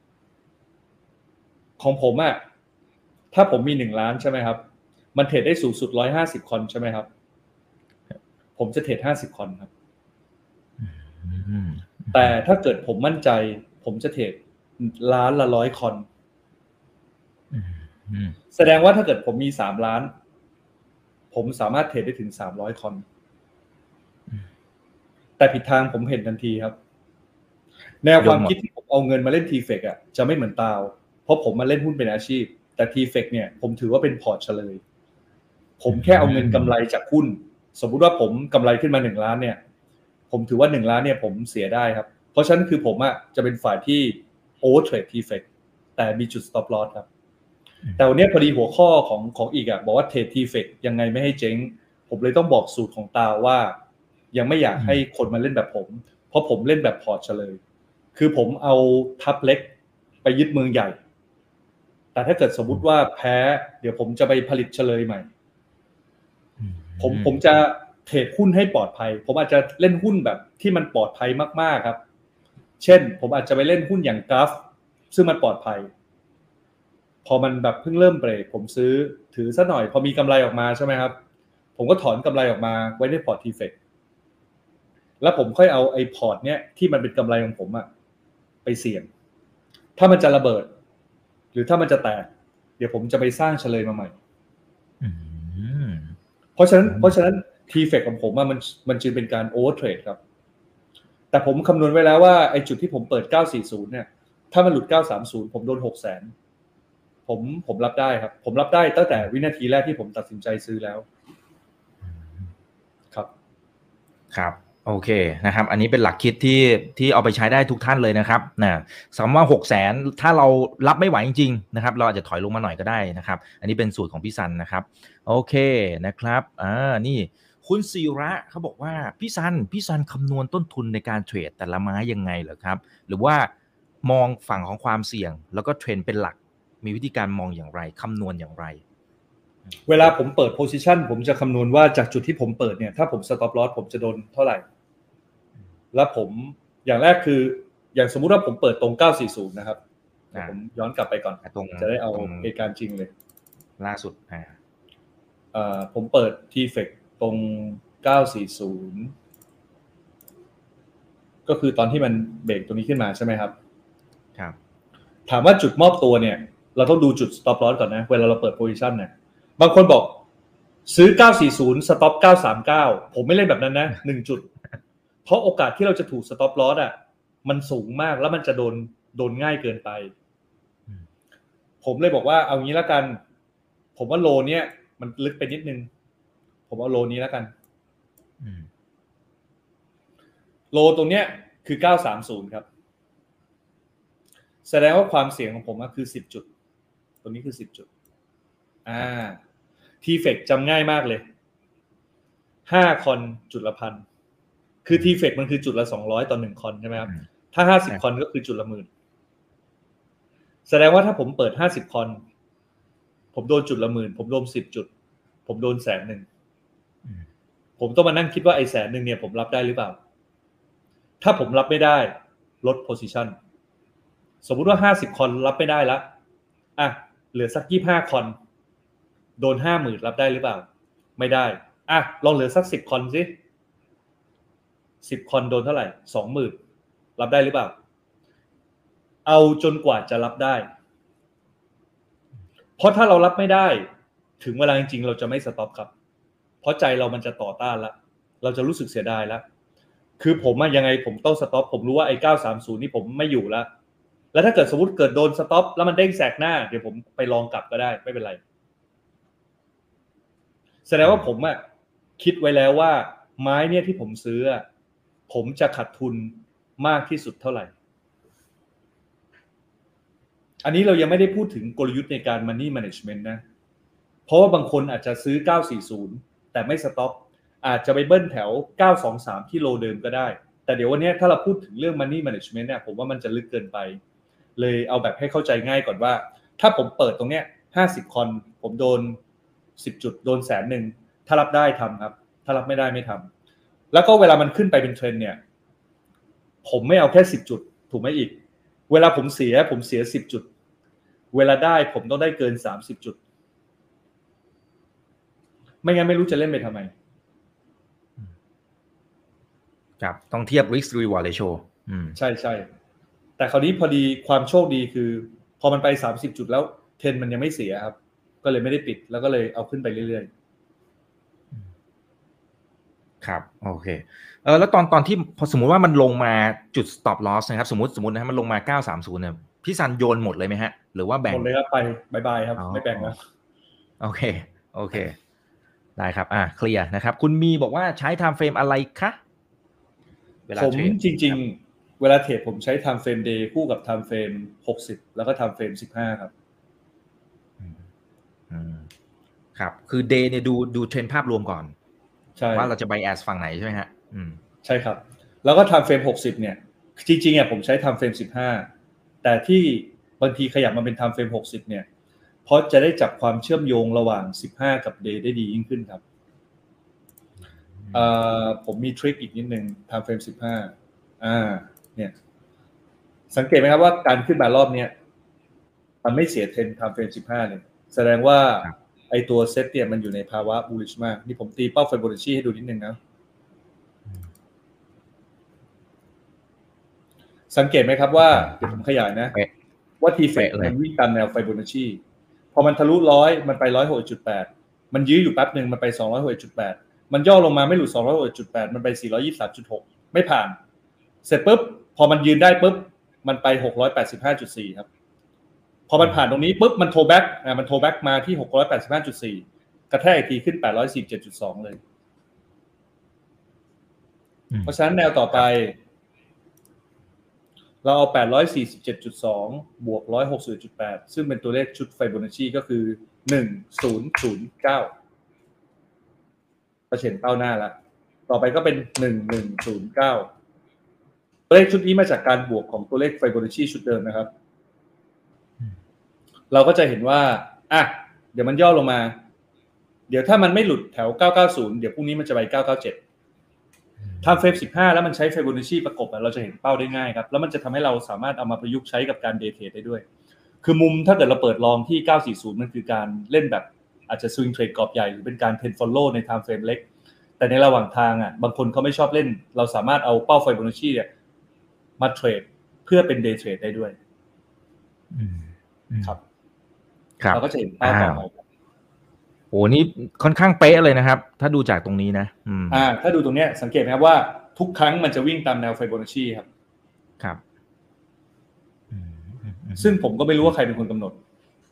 ของผมอ่ะถ้าผมมีหนึ่งล้านใช่ไหมครับมันเทรดได้สูงสุดหนึ่งร้อยห้าสิบคอนใช่ไหมครับผมจะเทรดห้าสิบคอนครับแต่ถ้าเกิดผมมั่นใจผมจะเทรดล้านละร้อยคอนแสดงว่าถ้าเกิดผมมีสามล้านผมสามารถเทรดได้ถึงสามร้อยคอนแต่ผิดทางผมเห็นทันทีครับแนวความคิดที่ผมเอาเงินมาเล่น ที เอฟ อี ซี อ่ะจะไม่เหมือนตาวเพราะผมมาเล่นหุ้นเป็นอาชีพแต่ ที เอฟ อี ซี เนี่ยผมถือว่าเป็นพอร์ตเฉลยผมแค่เอาเงินกำไรจากหุ้นสมมุติว่าผมกำไรขึ้นมาหนึ่งล้านเนี่ยผมถือว่าหนึ่งล้านเนี่ยผมเสียได้ครับเพราะฉะนั้นคือผมอ่ะจะเป็นฝ่ายที่โอเวอร์เทรด ที เอฟ อี ซีแต่มีจุด stop loss ครับแต่วันนี้พอดีหัวข้อของของอีกอ่ะบอกว่า trade t f e c ยังไงไม่ให้เจ๊งผมเลยต้องบอกสูตรของตาว่ายังไม่อยากให้คนมาเล่นแบบผมเพราะผมเล่นแบบพอร์ตเฉลยคือผมเอาทัพเล็กไปยึดเมืองใหญ่แต่ถ้าเกิดสมมุติว่าแพ้เดี๋ยวผมจะไปผลิตเฉลยใหม่ผมผมจะเทรดหุ้นให้ปลอดภัยผมอาจจะเล่นหุ้นแบบที่มันปลอดภัยมากๆครับเช่นผมอาจจะไปเล่นหุ้นอย่างกราฟซึ่งมันปลอดภัยพอมันแบบเพิ่งเริ่มเบรกผมซื้อถือซะหน่อยพอมีกำไรออกมาใช่ไหมครับผมก็ถอนกำไรออกมาไว้ในพอร์ต ที เฟ อี ซี แล้วผมค่อยเอาไอ้พอร์ตเนี้ยที่มันเป็นกำไรของผมอะไปเสี่ยงถ้ามันจะระเบิดหรือถ้ามันจะแตกเดี๋ยวผมจะไปสร้างเฉลยมาใหม่เพราะฉะนั้นเพราะฉะนั้น ที เฟ อี ซี ของผมมันมันจึงเป็นการโอเวอร์เทรดครับแต่ผมคำนวณไว้แล้วว่าไอ้จุดที่ผมเปิดเก้าสี่ศูนย์เนี่ยถ้ามันหลุดเก้าสามศูนย์ผมโดน หกแสน ผมผมรับได้ครับผมรับได้ตั้งแต่วินาทีแรกที่ผมตัดสินใจซื้อแล้วครับครับโอเคนะครับอันนี้เป็นหลักคิดที่ที่เอาไปใช้ได้ทุกท่านเลยนะครับนะสมมติว่าหกแสนถ้าเรารับไม่ไหวจริงๆนะครับเราอาจจะถอยลงมาหน่อยก็ได้นะครับอันนี้เป็นสูตรของพี่ซันนะครับโอเคนะครับอ่านี่คุณศิระเขาบอกว่าพี่ซันพี่ซันคำนวณต้นทุนในการเทรดแต่ละไม้ยังไงเหรอครับหรือว่ามองฝั่งของความเสี่ยงแล้วก็เทรนเป็นหลักมีวิธีการมองอย่างไรคำนวณอย่างไรเวลาผมเปิด position ผมจะคำนวณว่าจากจุดที่ผมเปิดเนี่ยถ้าผม stop loss ผมจะโดนเท่าไหร่แล้วผมอย่างแรกคืออย่างสมมุติว่าผมเปิดตรงเก้าสี่ศูนย์นะครับผมย้อนกลับไปก่อนจะได้เอาเหตุการณ์จริงเลยล่าสุดอ่าเอ่อผมเปิด ที เฟ อี ซี ตรงเก้าสี่ศูนย์ก็คือตอนที่มันเบรกตรงนี้ขึ้นมาใช่ไหมครับครับถามว่าจุดมอบตัวเนี่ยเราต้องดูจุด stop loss ก่อนนะเวลาเราเปิด position เนี่ยบางคนบอกซื้อเก้าสี่ศูนย์ stop เก้าสามเก้าผมไม่เล่นแบบนั้นนะหนึ่งจุดเพราะโอกาสที่เราจะถูก stop loss อ่ะมันสูงมากแล้วมันจะโดนโดนง่ายเกินไปผมเลยบอกว่าเอางี้ละกันผมว่าโลเนี้ยมันลึกไปนิดนึงผมเอาโลนี้ละกันโลตรงเนี้ยคือเก้าสามศูนย์ครับแสดงว่าความเสี่ยงของผมก็คือสิบจุดตรงนี้คือสิบจุดอ่า ที เฟ อี ซี จำง่ายมากเลยห้าคอนจุดละพันคือ ที เฟ อี ซี มันคือจุดละสองร้อยต่อหนึ่งคอนใช่ไหมครับถ้าห้าสิบคอนก็คือจุดละหมื่นแสดงว่าถ้าผมเปิดห้าสิบคอนผมโดนจุดละหมื่นผมโดนสิบจุดผมโดนแสนหนึ่งผมต้องมานั่งคิดว่าไอ้แสนหนึ่งเนี่ยผมรับได้หรือเปล่าถ้าผมรับไม่ได้ลด position สมมุติว่าห้าสิบคอนรับไม่ได้ละอ่ะเหลือสักยี่สิบห้าคอนโดน ห้าหมื่น รับได้หรือเปล่าไม่ได้อ่ะลองเหลือสักสิบคอนสิสิบคอนโดนเท่าไหร่ สองหมื่น รับได้หรือเปล่าเอาจนกว่าจะรับได้เพราะถ้าเรารับไม่ได้ถึงเวลาจริงๆเราจะไม่สต็อปครับเพราะใจเรามันจะต่อต้านละเราจะรู้สึกเสียดายละคือผมอะยังไงผมต้องสต็อปผมรู้ว่าไอ้เก้าสามศูนย์นี่ผมไม่อยู่ละแล้วถ้าเกิดสมมุติเกิดโดนสต็อปแล้วมันเด้งแสกหน้าเดี๋ยวผมไปลองกลับก็ได้ไม่เป็นไรแสดงว่าผมอะคิดไว้แล้วว่าไม้เนี่ยที่ผมซื้อผมจะขาดทุนมากที่สุดเท่าไหร่อันนี้เรายังไม่ได้พูดถึงกลยุทธ์ในการ money management นะเพราะว่าบางคนอาจจะซื้อเก้าสี่ศูนย์แต่ไม่สต็อปอาจจะไปเบิ้ลแถวเก้าสองสามที่โลเดิมก็ได้แต่เดี๋ยววันนี้ถ้าเราพูดถึงเรื่อง money management เนี่ยผมว่ามันจะลึกเกินไปเลยเอาแบบให้เข้าใจง่ายก่อนว่าถ้าผมเปิดตรงเนี้ยห้าสิบคอนผมโดนสิบจุดโดนแสนหนึ่งถ้ารับได้ทำครับถ้ารับไม่ได้ไม่ทำแล้วก็เวลามันขึ้นไปเป็นเทรนด์เนี่ยผมไม่เอาแค่สิบจุดถูกไหมอีกเวลาผมเสียผมเสียสิบจุดเวลาได้ผมต้องได้เกินสามสิบจุดไม่งั้นไม่รู้จะเล่นไปทำไมครับต้องเทียบ risk reward ratio อืมใช่ๆแต่คราวนี้พอดีความโชคดีคือพอมันไปสามสิบจุดแล้วเทรนด์มันยังไม่เสียครับก็เลยไม่ได้ปิดแล้วก็เลยเอาขึ้นไปเรื่อยๆครับโอเคเออแล้วตอนตอนที่พอสมมุติว่ามันลงมาจุด stop loss นะครับสมมุติสมมุตินะฮะมันลงมาเก้าสามศูนย์เนี่ยพี่ซันโยนหมดเลยไหมฮะหรือว่าแบ่งหมดเลยครับไปบายบายครับไม่แบ่งแล้วโอเคโอเคได้ครับอ่ะเคลียร์นะครับคุณมีบอกว่าใช้ time frame อะไรคะเวลาผมจริงเวลาเทรดผมใช้ time frame day คู่กับ time frame หกสิบแล้วก็ time frame สิบห้าครับอืมครับคือ day เนี่ยดูดูเทรนด์ภาพรวมก่อนใช่ว่าเราจะ bias ฝั่งไหนใช่ไหมฮะอืมใช่ครับแล้วก็ time frame หกสิบเนี่ยจริงๆอ่ะผมใช้ time frame สิบห้าแต่ที่บางทีขยับมาเป็น time frame หกสิบเนี่ยเพราะจะได้จับความเชื่อมโยงระหว่างสิบห้ากับ day ได้ดียิ่งขึ้นครับเอ่อผมมีทริคอีกนิดนึง time frame สิบห้าอ่าเนี่ยสังเกตไหมครับว่าการขึ้นมารอบเนี้ยมันไม่เสียเทรนด์ time frame สิบห้าเลยแสดงว่าไอตัวเซตเนี่ยมันอยู่ในภาวะ bullish มากนี่ผมตีเป้า Fibonacci ให้ดูนิดนึงนะสังเกตไหมครับว่าเดี๋ยวผมขยายนะว่า ที เอฟ อี มันวิ่งตามแนว Fibonacci พอมันทะลุหนึ่งร้อยมันไป หนึ่งร้อยหกสิบจุดแปด มันยื้ออยู่แป๊บนึงมันไป สองร้อยหกสิบจุดแปด มันย่อลงมาไม่หลุด สองร้อยหกสิบจุดแปด มันไป สี่ร้อยยี่สิบสามจุดหก ไม่ผ่านเสร็จปุ๊บพอมันยืนได้ปุ๊บมันไป หกร้อยแปดสิบห้าจุดสี่ ครับพอมันผ่านตรงนี้ปุ๊บมันโทรแบ็กอ่ามันโทรแบ็กมาที่ หกร้อยแปดสิบห้าจุดสี่ กระแทกอีกทีขึ้น แปดร้อยสี่สิบเจ็ดจุดสอง เลยเพราะฉะนั้นแนวต่อไปเราเอา แปดร้อยสี่สิบเจ็ดจุดสอง บวก หนึ่งร้อยหกสิบจุดแปด ซึ่งเป็นตัวเลขชุด Fibonacci ก็คือ หนึ่งพันเก้า ประเฉนเป้าหน้าแล้วต่อไปก็เป็น หนึ่งพันหนึ่งร้อยเก้า ตัวเลขชุดนี้มาจากการบวกของตัวเลข Fibonacci ชุดเดิมนะครับเราก็จะเห็นว่าอ่ะเดี๋ยวมันย่อลงมาเดี๋ยวถ้ามันไม่หลุดแถวเก้าร้อยเก้าสิบเดี๋ยวพรุ่งนี้มันจะไปเก้าร้อยเก้าสิบเจ็ดทำเฟรมสิบห้าแล้วมันใช้ Fibonacci ประกบเราจะเห็นเป้าได้ง่ายครับแล้วมันจะทำให้เราสามารถเอามาประยุกต์ใช้กับการ day trade ได้ด้วยคือมุมถ้าเกิดเราเปิดลองที่เก้าร้อยสี่สิบมันคือการเล่นแบบอาจจะ swing trade กรอบใหญ่หรือเป็นการ trend follow ใน time frame เล็กแต่ในระหว่างทางอ่ะบางคนเขาไม่ชอบเล่นเราสามารถเอาเป้า Fibonacci เนี่ยมาเทรดเพื่อเป็น day trade ได้ด้วยครับเราก็จะเห็นเป้าต่อไปโอ้นี่ค่อนข้างเป๊ะเลยนะครับถ้าดูจากตรงนี้นะอืมอ่าถ้าดูตรงเนี้ยสังเกตไหมครับว่าทุกครั้งมันจะวิ่งตามแนว Fibonacci ครับครับซึ่งผมก็ไม่รู้ว่าใครเป็นคนกำหนด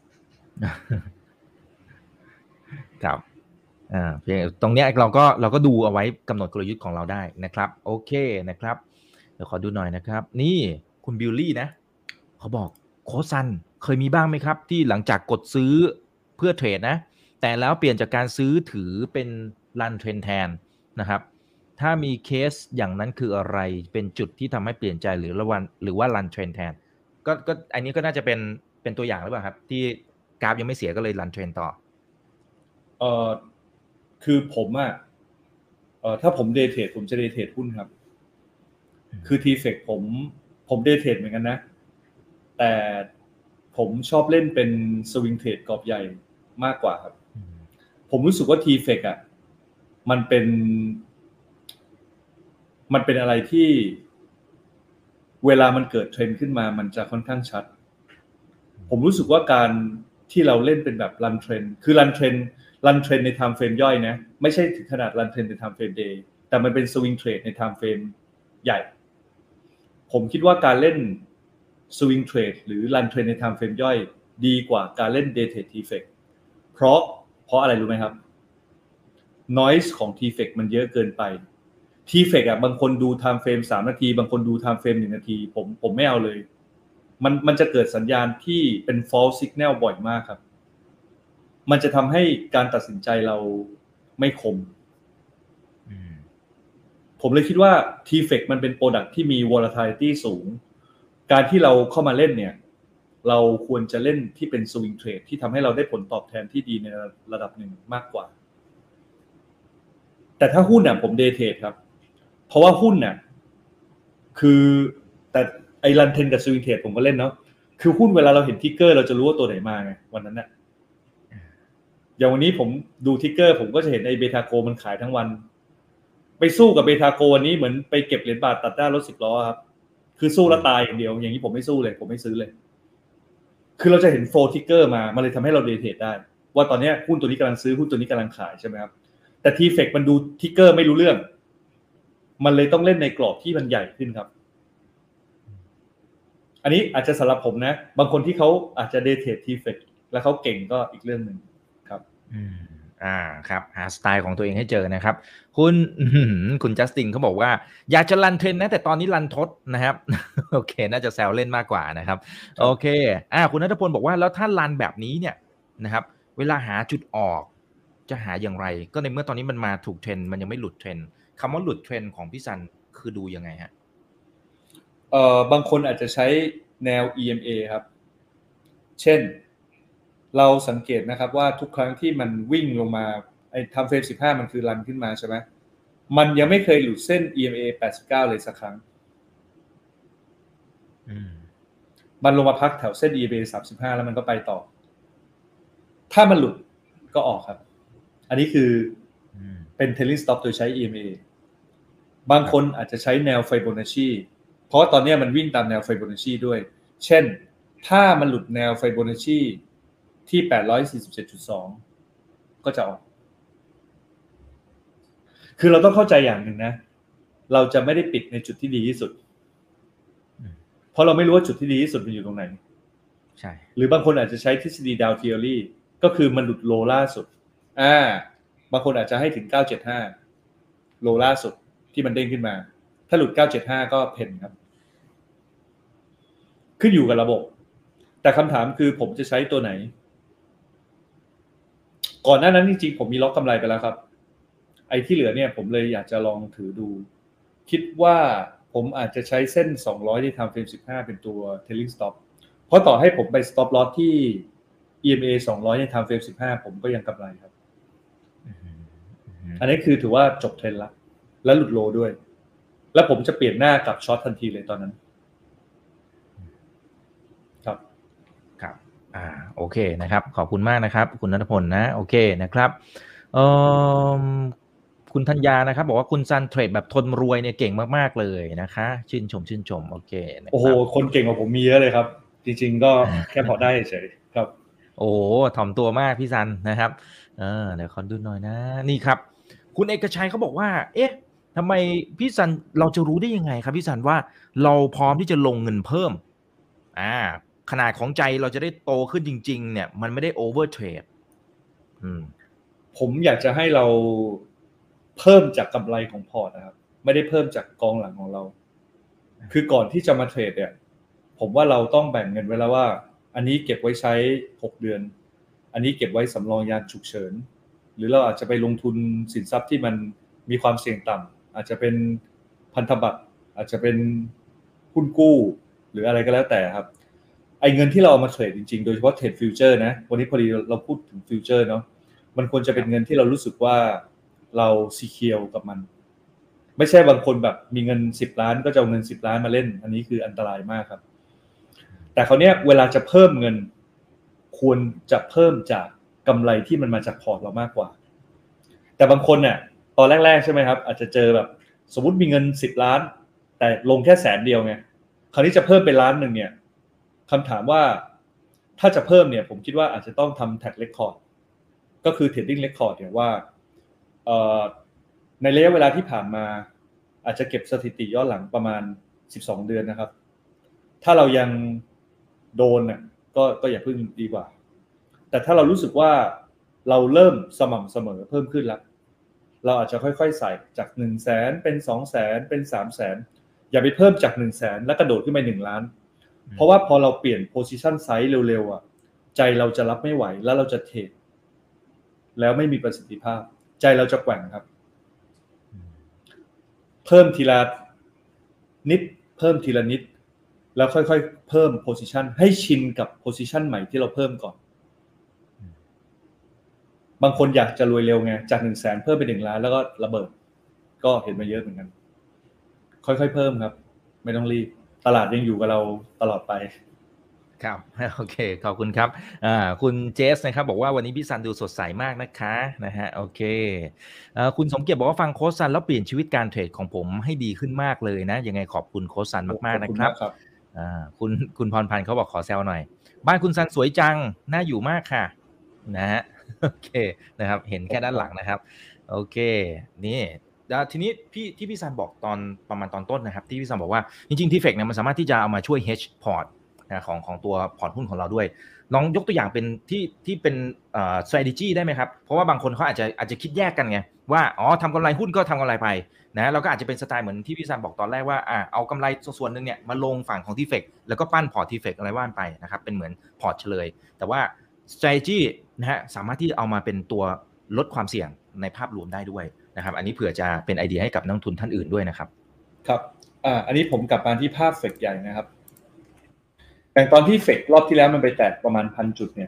ครับอ่าเพียงตรงเนี้ยเราก็เราก็ดูเอาไว้กำหนดกลยุทธ์ของเราได้นะครับโอเคนะครับเดี๋ยวขอดูหน่อยนะครับนี่คุณบิลลี่นะเขาบอกโค้ชซันเคยมีบ้างไหมครับที่หลังจากกดซื้อเพื่อเทรดนะแต่แล้วเปลี่ยนจากการซื้อถือเป็นรันเทรนแทนนะครับถ้ามีเคสอย่างนั้นคืออะไรเป็นจุดที่ทำให้เปลี่ยนใจหรือระวันหรือว่ารันเทรนแทนก็ก็อันนี้ก็น่าจะเป็นเป็นตัวอย่างหรือเปล่าครับที่กราฟยังไม่เสียก็เลยรันเทรนต่อเอ่อคือผมอ่ะเอ่อถ้าผมเดย์เทรดผมจะเดย์เทรดหุ้นครับคือ ที เอฟ อี ผมผมเดย์เทรดเหมือนกันนะแต่ผมชอบเล่นเป็นสวิงเทรดกรอบใหญ่มากกว่าครับผมรู้สึกว่า ที เอฟ อี อ่ะมันเป็นมันเป็นอะไรที่เวลามันเกิดเทรนด์ขึ้นมามันจะค่อนข้างชัดผมรู้สึกว่าการที่เราเล่นเป็นแบบรันเทรนด์คือรันเทรนด์รันเทรนด์ใน time frame ย่อยนะไม่ใช่ถึงขนาดรันเทรนด์ใน time frame day แต่มันเป็น swing trade ใน time frame ใหญ่ผมคิดว่าการเล่น swing trade หรือรันเทรนด์ใน time frame ย่อยดีกว่าการเล่น day trade ที เอฟ อี เพราะเพราะอะไรรู้ไหมครับ noise ของ ที เอฟ อี มันเยอะเกินไป ที เอฟ อี อ่ะบางคนดู time frame สามนาทีบางคนดู time frame หนึ่งนาทีผมผมไม่เอาเลยมันมันจะเกิดสัญญาณที่เป็น false signal บ่อยมากครับมันจะทำให้การตัดสินใจเราไม่คมผมเลยคิดว่า ที เอฟ อี มันเป็น product ที่มี volatility สูงการที่เราเข้ามาเล่นเนี่ยเราควรจะเล่นที่เป็น swing trade ที่ทำให้เราได้ผลตอบแทนที่ดีในระดับหนึ่งมากกว่าแต่ถ้าหุ้นเนี่ยผม day trade ครับเพราะว่าหุ้นเนี่ยคือแต่ไอ้รันเทนกับ swing trade ผมก็เล่นเนาะคือหุ้นเวลาเราเห็นทิกเกอร์เราจะรู้ว่าตัวไหนมาไงวันนั้นน่ะอย่างวันนี้ผมดูทิกเกอร์ผมก็จะเห็นไอ้เบทาโกมันขายทั้งวันไปสู้กับเบทาโกวันนี้เหมือนไปเก็บเหรียญบาทตัดหน้ารถสิบล้อครับคือสู้แล้วตายอย่างเดียวอย่างนี้ผมไม่สู้เลยผมไม่ซื้อเลยคือเราจะเห็นโฟร์ทิกเกอร์มามันเลยทำให้เราเดย์เทรดได้ว่าตอนนี้หุ้นตัวนี้กำลังซื้อหุ้นตัวนี้กำลังขายใช่ไหมครับแต่ ที เอฟ อี มันดูทิกเกอร์ไม่รู้เรื่องมันเลยต้องเล่นในกรอบที่มันใหญ่ขึ้นครับอันนี้อาจจะสำหรับผมนะบางคนที่เขาอาจจะเดย์เทรด ที เอฟ อี แล้วเขาเก่งก็อีกเรื่องนึงครับอืมอ่าครับหาสไตล์ของตัวเองให้เจอนะครับคุณคุณจัสตินเขาบอกว่าอยากจะรันเทรนนะแต่ตอนนี้รันทดนะครับ โอเคน่าจะแซวเล่นมากกว่านะครับโอเคอ่าคุณณัฐพลบอกว่าแล้วถ้ารันแบบนี้เนี่ยนะครับเวลาหาจุดออกจะหาอย่างไรก็ในเมื่อตอนนี้มันมาถูกเทรนมันยังไม่หลุดเทรนคำว่าหลุดเทรนของพี่ซันคือดูยังไงฮะเอ่อบางคนอาจจะใช้แนว อี เอ็ม เอ ครับเช่นเราสังเกตนะครับว่าทุกครั้งที่มันวิ่งลงมาไอ้ทำเฟรมสิบห้ามันคือรันขึ้นมาใช่ไหมมันยังไม่เคยหลุดเส้น อี เอ็ม เอ แปดสิบเก้าเลยสักครั้งมันลงมาพักแถวเส้น อี เอ็ม เอ สามสิบห้าแล้วมันก็ไปต่อถ้ามันหลุดก็ออกครับอันนี้คือเป็น trailing stop โดยใช้ อี เอ็ม เอ บางคนอาจจะใช้แนวไฟโบนัชชีเพราะตอนนี้มันวิ่งตามแนวไฟโบนัชชีด้วยเช่นถ้ามันหลุดแนวไฟโบนัชชีที่ แปดร้อยสี่สิบเจ็ดจุดสอง ก็จะออกคือเราต้องเข้าใจอย่างหนึ่งนะเราจะไม่ได้ปิดในจุดที่ดีที่สุดเพราะเราไม่รู้ว่าจุดที่ดีที่สุดมันอยู่ตรงไหนใช่หรือบางคนอาจจะใช้ทฤษฎีดาวเทอรี่ก็คือมันหลุดโลล่าสุดอ่าบางคนอาจจะให้ถึงเก้าเจ็ดห้าโลล่าสุดที่มันเด้งขึ้นมาถ้าหลุดเก้าเจ็ดห้าก็เพนครับขึ้นอยู่กับระบบแต่คำถามคือผมจะใช้ตัวไหนก่อนหน้านั้นจริงๆผมมีล็อกกำไรไปแล้วครับไอ้ที่เหลือเนี่ยผมเลยอยากจะลองถือดูคิดว่าผมอาจจะใช้เส้นสองร้อยที่ทำเฟรมสิบห้าเป็นตัว trailing stop เพราะต่อให้ผมไป stop loss ที่ อี เอ็ม เอ สองร้อยในทำเฟรมสิบห้าผมก็ยังกำไรครับอันนี้คือถือว่าจบเทรนละและหลุดโลด้วยแล้วผมจะเปลี่ยนหน้ากับช็อตทันทีเลยตอนนั้นครับครับอ่าโอเคนะครับขอบคุณมากนะครับคุณณัฐพลนะโอเคนะครับเอ่อคุณธัญญานะครับบอกว่าคุณซันเทรดแบบทนรวยเนี่ยเก่งมากๆเลยนะคะชื่นชมชื่นชมโอเคนะครับโอ้โหคนเก่งกว่าผมมีเยอะเลยครับจริงๆก็แค่พอได้เฉยครับโอ้ถ่อมตัวมากพี่ซันนะครับเออเดี๋ยวขอดูหน่อยนะนี่ครับคุณเอกชัยเขาบอกว่าเอ๊ะทำไมพี่ซันเราจะรู้ได้ยังไงครับพี่ซันว่าเราพร้อมที่จะลงเงินเพิ่มอ่าขนาดของใจเราจะได้โตขึ้นจริงๆเนี่ยมันไม่ได้โอเวอร์เทรดอืมผมอยากจะให้เราเพิ่มจากกำไรของพอร์ตนะครับไม่ได้เพิ่มจากกองหลังของเราคือก่อนที่จะมาเทรดเนี่ยผมว่าเราต้องแบ่งเงินไว้แล้วว่าอันนี้เก็บไว้ใช้หกเดือนอันนี้เก็บไว้สำรองยามฉุกเฉินหรือเราอาจจะไปลงทุนสินทรัพย์ที่มันมีความเสี่ยงต่ำอาจจะเป็นพันธบัตรอาจจะเป็นหุ้นกู้หรืออะไรก็แล้วแต่ครับไอ้เงินที่เราเอามาเทรดจริงๆโดยเฉพาะเทรดฟิวเจอร์นะวันนี้พอดีเราพูดถึงฟิวเจอร์เนาะมันควรจะเป็นเงินที่เรารู้สึกว่าเราซีเคียวกับมันไม่ใช่บางคนแบบมีเงินสิบล้านก็จะเอาเงินสิบล้านมาเล่นอันนี้คืออันตรายมากครับแต่คราวนี้เวลาจะเพิ่มเงินควรจะเพิ่มจากกำไรที่มันมาจากพอร์ตเรามากกว่าแต่บางคนเนี่ยตอนแรกๆใช่ไหมครับอาจจะเจอแบบสมมุติมีเงินสิบล้านแต่ลงแค่แสนเดียวไงคราวนี้จะเพิ่มเป็นล้านหนึ่งเนี่ยคำถามว่าถ้าจะเพิ่มเนี่ยผมคิดว่าอาจจะต้องทำ track record ก็คือ trading record เนี่ยว่าในระยะเวลาที่ผ่านมาอาจจะเก็บสถิติย้อนหลังประมาณสิบสองเดือนนะครับถ้าเรายังโดนน่ะก็ก็อย่าพึ่งดีกว่าแต่ถ้าเรารู้สึกว่าเราเริ่มสม่ำเสมอเพิ่มขึ้นแล้วเราอาจจะค่อยๆใส่จาก หนึ่งแสน เป็น สองแสน เป็น สามแสน อย่าไปเพิ่มจาก หนึ่งแสน แล้วกระโดดขึ้นไปหนึ่งล้านเพราะว่าพอเราเปลี่ยน position size เร็วๆอ่ะใจเราจะรับไม่ไหวแล้วเราจะเทรดแล้วไม่มีประสิทธิภาพใจเราจะแกว่งครับเพิ่มทีละนิดเพิ่มทีละนิดแล้วค่อยๆเพิ่ม position ให้ชินกับ position ใหม่ที่เราเพิ่มก่อนบางคนอยากจะรวยเร็วไงจาก หนึ่งแสน เพิ่มไปหนึ่งล้านแล้วก็ระเบิดก็เห็นมาเยอะเหมือนกันค่อยๆเพิ่มครับไม่ต้องรีบตลาดยังอยู่กับเราตลอดไปครับโอเคขอบคุณครับอ่าคุณเจสนะครับบอกว่าวันนี้พี่ซันดูสดใสมากนะคะนะฮะโอเคอ่าคุณสมเกียรติบอกว่าฟังโค้ชซันแล้วเปลี่ยนชีวิตการเทรดของผมให้ดีขึ้นมากเลยนะยังไงขอบคุณโค้ชซันมากๆนะครับอ่าคุณคุณพรพันธ์เขาบอกขอแซวหน่อยบ้านคุณซันสวยจังน่าอยู่มากค่ะนะฮะโอเคนะครับเห็นแค่ด้านหลังนะครับโอเคนี่ทีนี้พี่ที่พี่ซันบอกตอนประมาณตอนต้นนะครับที่พี่ซันบอกว่าจริงๆทีเฟกเนี่ยมันสามารถที่จะเอามาช่วย hedge port นะของของตัวพอร์ตหุ้นของเราด้วยลองยกตัวอย่างเป็นที่ที่เป็นเอ่อ strategy ได้ไหมครับเพราะว่าบางคนเขาอาจจะอาจจะคิดแยกกันไงว่าอ๋อทำกำไรหุ้นก็ทำกำไรไปนะเราก็อาจจะเป็นสไตล์เหมือนที่พี่ซันบอกตอนแรกว่าอ่าเอากำไรส่วนหนึ่งเนี่ยมาลงฝั่งของ ที เฟก แล้วก็ปั้นพอร์ต ที เฟก อะไรว่านไปนะครับเป็นเหมือนพอร์ตเฉลยแต่ว่า strategy นะฮะสามารถที่เอามาเป็นตัวลดความเสี่ยงในภาพรวมได้ด้วยนะครับอันนี้เผื่อจะเป็นไอเดียให้กับนักลงทุนท่านอื่นด้วยนะครับครับอ่าอันนี้ผมกลับมาที่ภาพเฟกใหญ่นะครับอย่างตอนที่เฟกรอบที่แล้วมันไปแตะประมาณพันจุดเนี่ย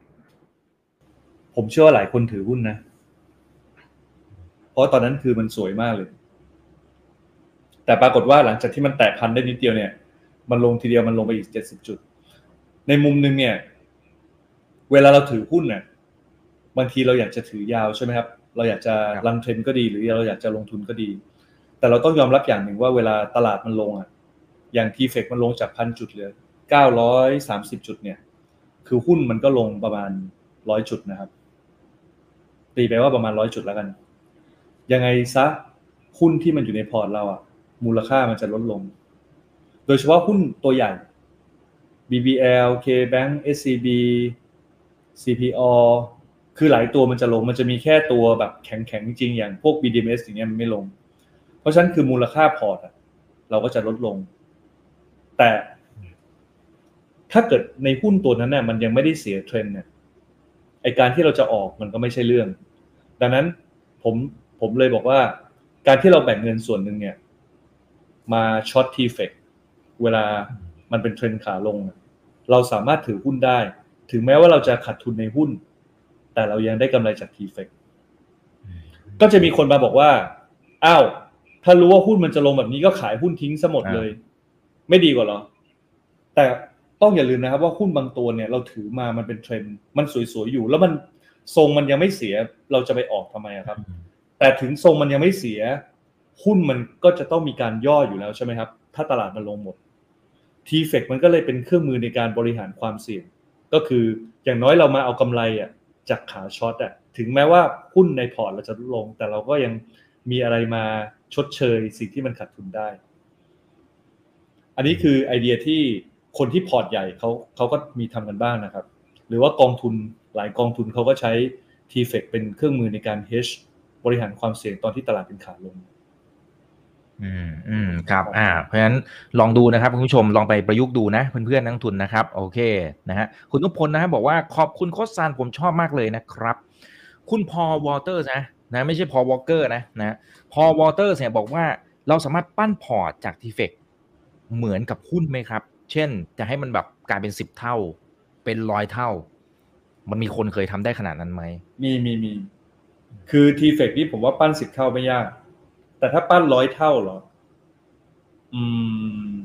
ผมเชื่อว่าหลายคนถือหุ้นนะเพราะตอนนั้นคือมันสวยมากเลยแต่ปรากฏว่าหลังจากที่มันแตะพันได้นิดเดียวเนี่ยมันลงทีเดียวมันลงไปอีกเจ็ดสิบจุดในมุมนึงเนี่ยเวลาเราถือหุ้นเนี่ยบางทีเราอยากจะถือยาวใช่ไหมครับเราอยากจะรันเทรนด์ก็ดีหรือเราอยากจะลงทุนก็ดีแต่เราต้องยอมรับอย่างหนึ่งว่าเวลาตลาดมันลงอ่ะอย่าง ที เฟก มันลงจากพันจุดเหลือเก้าร้อยสามสิบจุดเนี่ยคือหุ้นมันก็ลงประมาณร้อยจุดนะครับตีไปว่าประมาณร้อยจุดแล้วกันยังไงซะหุ้นที่มันอยู่ในพอร์ตเราอ่ะมูลค่ามันจะลดลงโดยเฉพาะหุ้นตัวใหญ่ บี บี แอล K-Bank เอส ซี บี ซี พี โอ คือหลายตัวมันจะลงมันจะมีแค่ตัวแบบแข็งๆจริงๆอย่างพวก บี ดี เอ็ม เอส อย่างเงี้ยมันไม่ลงเพราะฉะนั้นคือมูลค่าพอร์ตอ่ะเราก็จะลดลงแต่ถ้าเกิดในหุ้นตัวนั้นเนี่ยมันยังไม่ได้เสียเทรนด์เนี่ยไอการที่เราจะออกมันก็ไม่ใช่เรื่องดังนั้นผมผมเลยบอกว่าการที่เราแบ่งเงินส่วนหนึ่งเนี่ยมาช็อต ที เฟก เวลามันเป็นเทรนด์ขาลงเราสามารถถือหุ้นได้ถึงแม้ว่าเราจะขาดทุนในหุ้นแต่เรายังได้กำไรจาก ที เฟก ก็จะมีคนมาบอกว่าอ้าวถ้ารู้ว่าหุ้นมันจะลงแบบนี้ก็ขายหุ้นทิ้งซะหมดเลยไม่ดีกว่าหรอแต่ต้องอย่าลืมนะครับว่าหุ้นบางตัวเนี่ยเราถือมามันเป็นเทรนด์มันสวยๆอยู่แล้วมันทรงมันยังไม่เสียเราจะไปออกทำไมครับแต่ถึงทรงมันยังไม่เสียหุ้นมันก็จะต้องมีการย่ออยู่แล้วใช่ไหมครับถ้าตลาดมันลงหมด ที เฟก มันก็เลยเป็นเครื่องมือในการบริหารความเสี่ยงก็คืออย่างน้อยเรามาเอากำไรอ่ะจากขาช็อตอ่ะถึงแม้ว่าหุ้นในพอร์ตเราจะลดลงแต่เราก็ยังมีอะไรมาชดเชยสิ่งที่มันขาดทุนได้อันนี้คือไอเดียที่คนที่พอร์ตใหญ่เขาเขาก็มีทำกันบ้างนะครับหรือว่ากองทุนหลายกองทุนเขาก็ใช้ ที เฟก เป็นเครื่องมือในการ hedge บริหารความเสี่ยงตอนที่ตลาดเป็นขาลงอืมอืมครับอ่าเพราะฉะนั้นลองดูนะครับคุณผู้ชมลองไปประยุกต์ดูนะเพื่อนๆนักลงทุนนะครับโอเคนะฮะคุณนุพลนะฮะบอกว่าขอบคุณโค้ชซานผมชอบมากเลยนะครับคุณพอลวอเตอร์นะนะไม่ใช่พอลวอลเกอร์นะนะพอลวอเตอร์เนี่ยบอกว่าเราสามารถปั้นพอร์ตจาก ที เฟก เหมือนกับหุ้นไหมครับเช่นจะให้มันแบบกลายเป็นสิบเท่าเป็นร้อยเท่ามันมีคนเคยทำได้ขนาดนั้นไหมมีมีมีคือ ที เฟก นี่ผมว่าปั้นสิบเท่าไม่ยากแต่ถ้าปั้นร้อยเท่าเหรออืม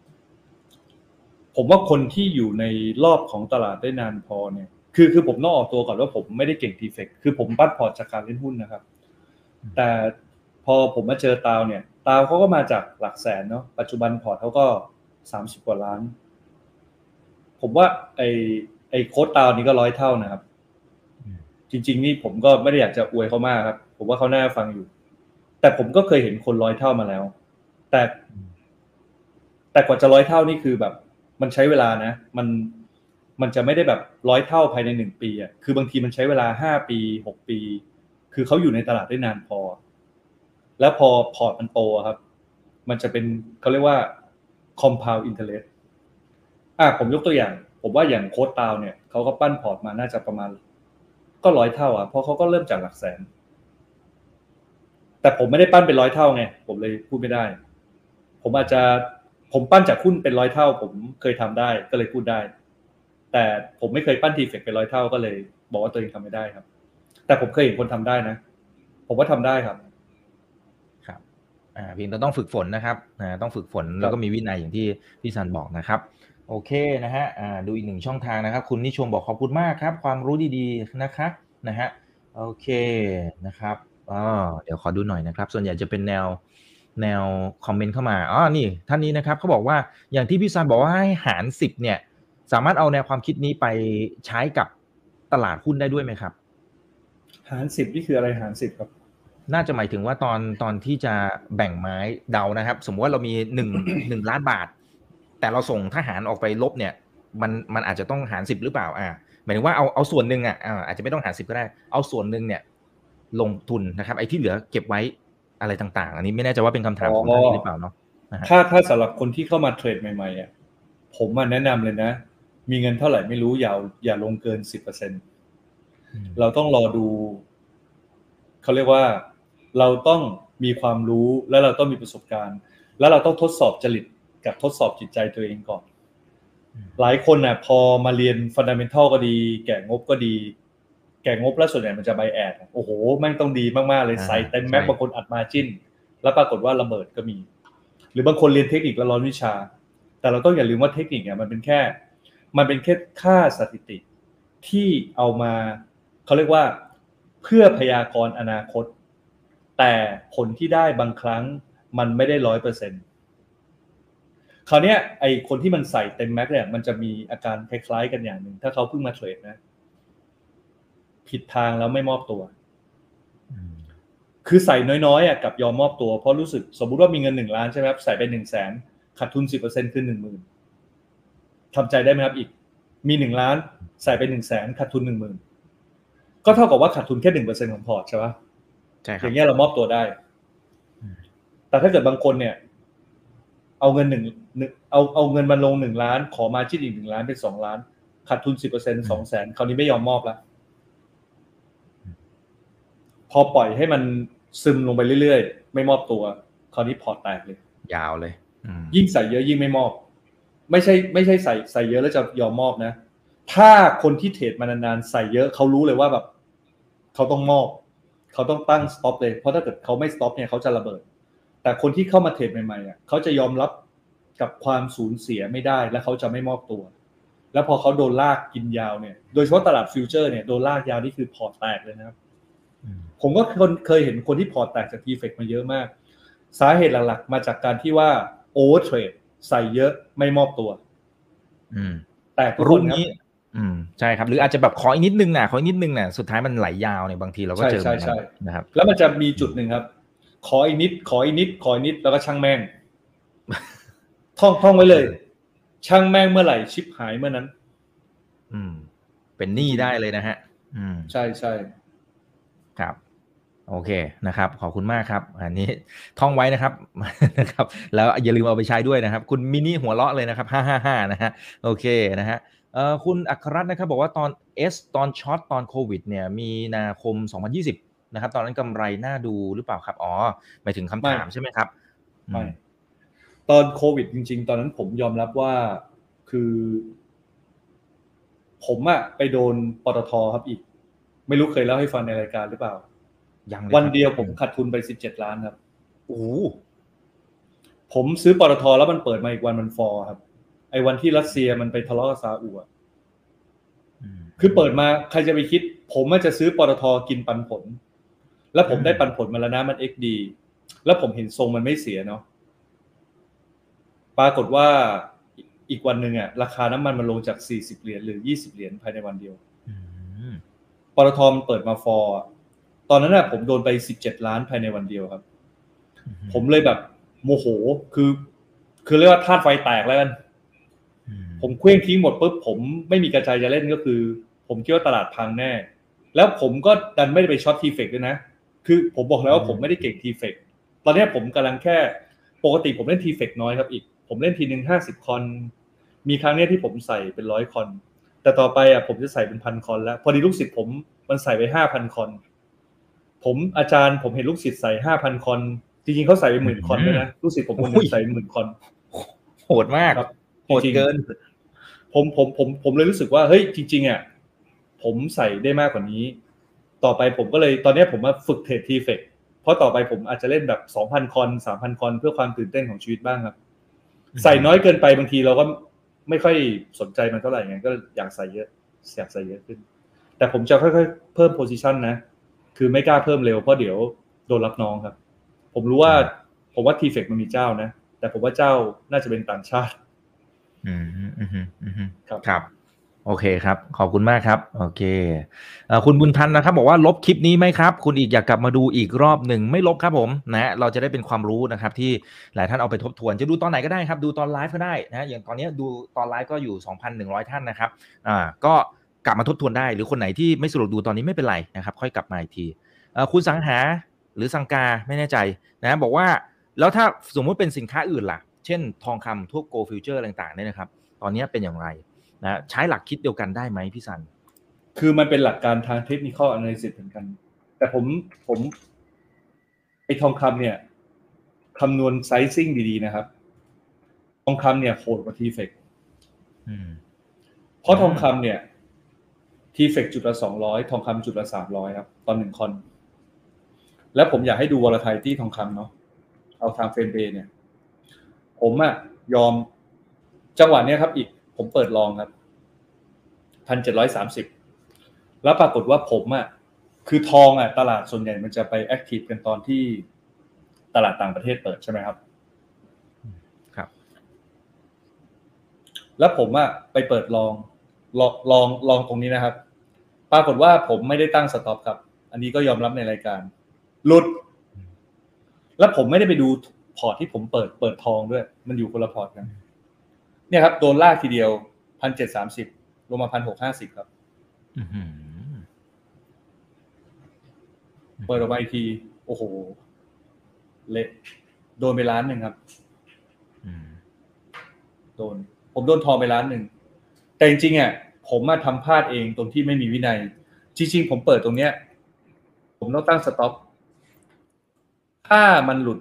ผมว่าคนที่อยู่ในรอบของตลาดได้นานพอเนี่ยคือคือผมต้องออกตัวก่อนว่าผมไม่ได้เก่ง ที เฟก คือผมปั้นพอร์ตจากการเล่นหุ้นนะครับแต่พอผมมาเจอตาวเนี่ยตาวเขาก็มาจากหลักแสนเนาะปัจจุบันพอร์ตเขาก็สามสิบกว่าล้านผมว่าไอไอโค้ชตาวนี้ก็ร้อยเท่านะครับจริงๆนี่ผมก็ไม่ได้อยากจะอวยเขามากครับผมว่าเขาน่าฟังอยู่แต่ผมก็เคยเห็นคนร้อยเท่ามาแล้วแต่แต่กว่าจะร้อยเท่านี่คือแบบมันใช้เวลานะมันมันจะไม่ได้แบบร้อยเท่าภายในหนึ่งปีอ่ะคือบางทีมันใช้เวลาห้าปีหกปีคือเขาอยู่ในตลาดได้นานพอแล้วพอพอร์ตมันโตครับมันจะเป็นเขาเรียกว่า compound interest อ่ะผมยกตัวอย่างผมว่าอย่างโค้ชตาวเนี่ยเขาก็ปั้นพอร์ตมาน่าจะประมาณก็ร้อยเท่าอ่ะเพราะเขาก็เริ่มจากหลักแสนแต่ผมไม่ได้ปั้นเป็นร้อยเท่าไงผมเลยพูดไม่ได้ผมอาจจะผมปั้นจากหุ้นเป็นร้อยเท่าผมเคยทำได้ก็เลยพูดได้แต่ผมไม่เคยปั้น ที เฟก เป็นร้อยเท่าก็เลยบอกว่าตัวเองทำไม่ได้ครับแต่ผมเคยเห็นคนทำได้นะผมว่าทำได้ครับครับอ่าเพียงแต่ต้องฝึกฝนนะครับนะต้องฝึกฝนแล้วก็มีวินัยอย่างที่พี่ซันบอกนะครับโอเคนะฮะอ่าดูอีกหนึ่งช่องทางนะครับคุณนิชมบอกขอบคุณมากครับความรู้ดีๆนะคะนะฮะโอเคนะครับอ๋อเดี๋ยวขอดูหน่อยนะครับส่วนใหญ่จะเป็นแนวแนวคอมเมนต์เข้ามาอ๋อนี่ท่านนี้นะครับเขาบอกว่าอย่างที่พี่ซันบอกว่าให้หารสิบเนี่ยสามารถเอาแนวความคิดนี้ไปใช้กับตลาดหุ้นได้ด้วยไหมครับหารสิบนี่คืออะไรหารสิบครับน่าจะหมายถึงว่าตอนตอนที่จะแบ่งไม้เดานะครับสมมติว่าเรามีหนึ่ง หนึ่งล้านบาทแต่เราส่งทหารออกไปลบเนี่ยมันมันอาจจะต้องหารสิบหรือเปล่าอ่าหมายถึงว่าเอาเอาส่วนหนึ่งอ่ะอ่าอาจจะไม่ต้องหารสิบก็ได้เอาส่วนหนึ่งเนี่ยลงทุนนะครับไอ้ที่เหลือเก็บไว้อะไรต่างๆอันนี้ไม่แน่ใจว่าเป็นคำถามของท่านนี้หรือเปล่าเนาะถ้าถ้าสำหรับคนที่เข้ามาเทรดใหม่ๆอ่ะผมมาแนะนำเลยนะมีเงินเท่าไหร่ไม่รู้อย่าอย่าลงเกิน สิบเปอร์เซ็นต์ เราต้องรอดูเขาเรียกว่าเราต้องมีความรู้และเราต้องมีประสบการณ์แล้วเราต้องทดสอบจริตกับทดสอบจิตใจตัวเองก่อนหลายคนน่ะพอมาเรียนฟันดาเมนทัลก็ดีแก่งบก็ดีแก่งบแล้วส่วนใหญ่มันจะไบแอดโอ้โหแม่งต้องดีมากๆเลยใส่เต็มแม็กบางคนอัดมาจิ้นแล้วปรากฏว่าระเบิดก็มีหรือบางคนเรียนเทคนิคแล้วร้อนวิชาแต่เราต้องอย่าลืมว่าเทคนิคเนี่ยมันเป็นแค่มันเป็นแค่ค่าสถิติที่เอามาเขาเรียกว่าเพื่อพยากรณ์อนาคตแต่ผลที่ได้บางครั้งมันไม่ได้ ร้อยเปอร์เซ็นต์ คราวเนี้ยไอคนที่มันใส่เต็มแม็กเนี่ยมันจะมีอาการคล้ายๆกันอย่างนึงถ้าเขาเพิ่งมาเทรดนะผิดทางแล้วไม่มอบตัวคือใส่น้อยๆอ่ะกับยอมมอบตัวเพราะรู้สึกสมมุติว่ามีเงินหนึ่งล้านใช่ไหมครับใส่ไปหนึ่งแสนขาดทุน สิบเปอร์เซ็นต์ คือ หนึ่งหมื่น ทำใจได้ไหมครับอีกมีหนึ่งล้านใส่ไปหนึ่งแสนขาดทุน หนึ่งหมื่น ก็เท่ากับว่าขาดทุนแค่ หนึ่งเปอร์เซ็นต์ ของพอร์ตใช่ป่ะใช่ครับอย่างเงี้ยเรามอบตัวได้แต่ถ้าเกิดบางคนเนี่ยเอาเงินหนึ่งเอาเอาเงินมาลงหนึ่งล้านขอมาจิ้นอีกหนึ่งล้านเป็นสองล้านขาดทุน สิบเปอร์เซ็นต์ สองแสนคราวนี้ไม่ยอมมอบแล้วพอปล่อยให้มันซึมลงไปเรื่อยๆไม่มอบตัวคราวนี้พอร์ตแตกเลยยาวเลยยิ่งใส่เยอะยิ่งไม่มอบไม่ใช่ไม่ใช่ใส่ใส่เยอะแล้วจะยอมมอบนะถ้าคนที่เทรดมานานๆใส่เยอะเขารู้เลยว่าแบบเขาต้องมอบเขาต้องตั้งสต็อปเลยเพราะถ้าเกิดเขาไม่สต็อปเนี่ยเขาจะระเบิดแต่คนที่เข้ามาเทรดใหม่ๆอ่ะเขาจะยอมรับกับความสูญเสียไม่ได้และเขาจะไม่มอบตัวแล้วพอเขาโดนลากกินยาวเนี่ยโดยเฉพาะตลาดฟิวเจอร์เนี่ยโดนลากยาวนี่คือพอร์ตแตกเลยนะครับผมก็เคยเห็นคนที่พอร์ตแตกจาก ที เอฟ อี ซี มาเยอะมากสาเหตุหลักๆมาจากการที่ว่าโอเวอร์เทรดใส่เยอะไม่มอบตัวแต่รุ่นนี้อืมใช่ครับหรืออาจจะแบบขออีกนิดนึงนะขออีกนิดนึงนะสุดท้ายมันไหลยาวเนี่ยบางทีเราก็เจอเหมือนกันนะครับแล้วมันจะมีจุดหนึ่งครับขออีกนิดขออีกนิดขออีกนิดแล้วก็ช่างแม่งท่องท่องไว้เลยช่างแม่งเมื่อไหร่ชิปหายเมื่อนั้นอืมเป็นหนี้ได้เลยนะฮะอืมใช่ใช่ครับโอเคนะครับขอบคุณมากครับอันนี้ท่องไว้นะครับนะครับแล้วอย่าลืมเอาไปใช้ด้วยนะครับคุณมินิหัวเราะเลยนะครับห้าห้าห้านะฮะโอเคนะฮะเอ่อคุณอัครรัตน์นะครับบอกว่าตอน S ตอนช็อตตอนโควิดเนี่ยมีนาคมสองพันยี่สิบนะครับตอนนั้นกำไรน่าดูหรือเปล่าครับอ๋อหมายถึงคำถามใช่ไหมครับไม่ตอนโควิดจริงๆตอนนั้นผมยอมรับว่าคือผมอะไปโดนปตท.ครับอีกไม่รู้เคยเล่าให้ฟังในรายการหรือเปล่าวันเดียวผมขาดทุนไปสิบเจ็ดล้านครับโอ้ผมซื้อปตท.แล้วมันเปิดมาอีกวันมันฟอร์ครับไอ้วันที่รัสเซียมันไปทะเลาะกับซาอุอ่ะคือเปิดมาใครจะไปคิดผมมันจะซื้อปตท.กินปันผลแล้วผมได้ปันผลมาแล้วนะมัน เอ็กซ์ ดี แล้วผมเห็นทรงมันไม่เสียเนาะปรากฏว่าอีกวันนึงอ่ะราคาน้ำมันมันลงจากสี่สิบเหรียญหรือยี่สิบเหรียญภายในวันเดียวปตท.มันเปิดมาฟอร์ตอนนั้นน่ะผมโดนไปสิบเจ็ดล้านภายในวันเดียวครับผมเลยแบบโมโหคือคือเรียกว่าธาตุไฟแตกแล้วกันผมเคว้งทิ้งหมดปุ๊บผมไม่มีกระจายจะเล่นก็คือผมคิดว่าตลาดพังแน่แล้วผมก็ดันไม่ได้ไปช็อตทีเฟกด้วยนะคือผมบอกแล้วว่าผมไม่ได้เก่งทีเฟกตอนนี้ผมกำลังแค่ปกติผมเล่นทีเฟกน้อยครับอีกผมเล่นทีนึงห้าสิบคอนมีครั้งนี้ที่ผมใส่เป็นร้อยคอนแต่ต่อไปอ่ะผมจะใส่เป็นพันคอนแล้วพอดีลูกศิษย์ผมมันใส่ไปห้าพันคอนผมอาจารย์ผมเห็นลูกศิษย์ใส่ ห้าพัน คอนจริงๆเขาใส่ไปหมื่นคอนด้วยนะลูกศิษย์ผมคนนึงใส่หมื่นคอนโหดมากโหดเกินผมผมผมผมเลยรู้สึกว่าเฮ้ยจริงๆอ่ะผมใส่ได้มากกว่านี้ต่อไปผมก็เลยตอนนี้ผมมาฝึกเทรดทีเฟกเพราะต่อไปผมอาจจะเล่นแบบ สองพัน คอน สามพัน คอนเพื่อความตื่นเต้นของชีวิตบ้างครับใส่น้อยเกินไปบางทีเราก็ไม่ค่อยสนใจมันเท่าไหร่ไงก็อยากใส่เยอะอยากใส่เยอะขึ้นแต่ผมจะค่อยๆเพิ่มโพซิชันนะคือไม่กล้าเพิ่มเร็วเพราะเดี๋ยวโดนรับน้องครับผมรู้ว่าผมว่าทีเฟกมันมีเจ้านะแต่ผมว่าเจ้าน่าจะเป็นต่างชาติอืมอืมอืมครับครับโอเคครับขอบคุณมากครับโอเคเอ่อคุณบุญทันนะครับบอกว่าลบคลิปนี้ไหมครับคุณอีกอยากกลับมาดูอีกรอบหนึ่งไม่ลบครับผมนะเราจะได้เป็นความรู้นะครับที่หลายท่านเอาไปทบทวนจะดูตอนไหนก็ได้ครับดูตอนไลฟ์ก็ได้นะอย่างตอนนี้ดูตอนไลฟ์ก็อยู่ สองพันหนึ่งร้อย ท่านนะครับอ่าก็กลับมาทบทวนได้หรือคนไหนที่ไม่สะดวกดูตอนนี้ไม่เป็นไรนะครับค่อยกลับมาอีกทีเอ่อคุณสังหาหรือสังกาไม่แน่ใจนะบอกว่าแล้วถ้าสมมุติเป็นสินค้าอื่นล่ะเช่นทองคำทั่วโกลฟิวเจอร์ต่างๆเนี่ยนะครับตอนนี้เป็นอย่างไรนะใช้หลักคิดเดียวกันได้ไหมพี่สันคือมันเป็นหลักการทางเทคนิคอลแอนาลิซิสเหมือนกันแต่ผมผมไอ้ทองคำเนี่ยคำนวณไซซิ่งดีๆนะครับทองคำเนี่ยโหดกว่าทีเฟกเพราะทองคำเนี่ยทีเฟกจุดละสองร้อยทองคำจุดละสามร้อยครับตอนหนึ่งคอนแล้วผมอยากให้ดูวอลาไทลิตี้ทองคำเนาะเอาทางเฟรมเดย์เนี่ยผมอะยอมจังหวะนี้ครับอีกผมเปิดลองครับ หนึ่งพันเจ็ดร้อยสามสิบ แล้วปรากฏว่าผมอ่ะคือทองอ่ะตลาดส่วนใหญ่มันจะไปแอคทีฟกันตอนที่ตลาดต่างประเทศเปิดใช่ไหมครับครับแล้วผมอ่ะไปเปิดลองลองลองลองตรงนี้นะครับปรากฏว่าผมไม่ได้ตั้งสต็อปครับอันนี้ก็ยอมรับในรายการหลุดแล้วผมไม่ได้ไปดูพอร์ตที่ผมเปิดเปิดทองด้วยมันอยู่คนละพอร์ตกันเนี่ยครับโดนลากทีเดียว หนึ่งพันเจ็ดร้อยสามสิบ ลงมา หนึ่งพันหกร้อยห้าสิบ ครับเปิดออกมาอีกทีโอ้โหเละโดนไปล้านหนึ่งครับโดนผมโดนทองไปล้านหนึ่งแต่จริงๆอ่ะผมมาทำพลาดเองตรงที่ไม่มีวินัยจริงๆผมเปิดตรงเนี้ยผมต้องตั้งสต็อปถ้ามันหลุด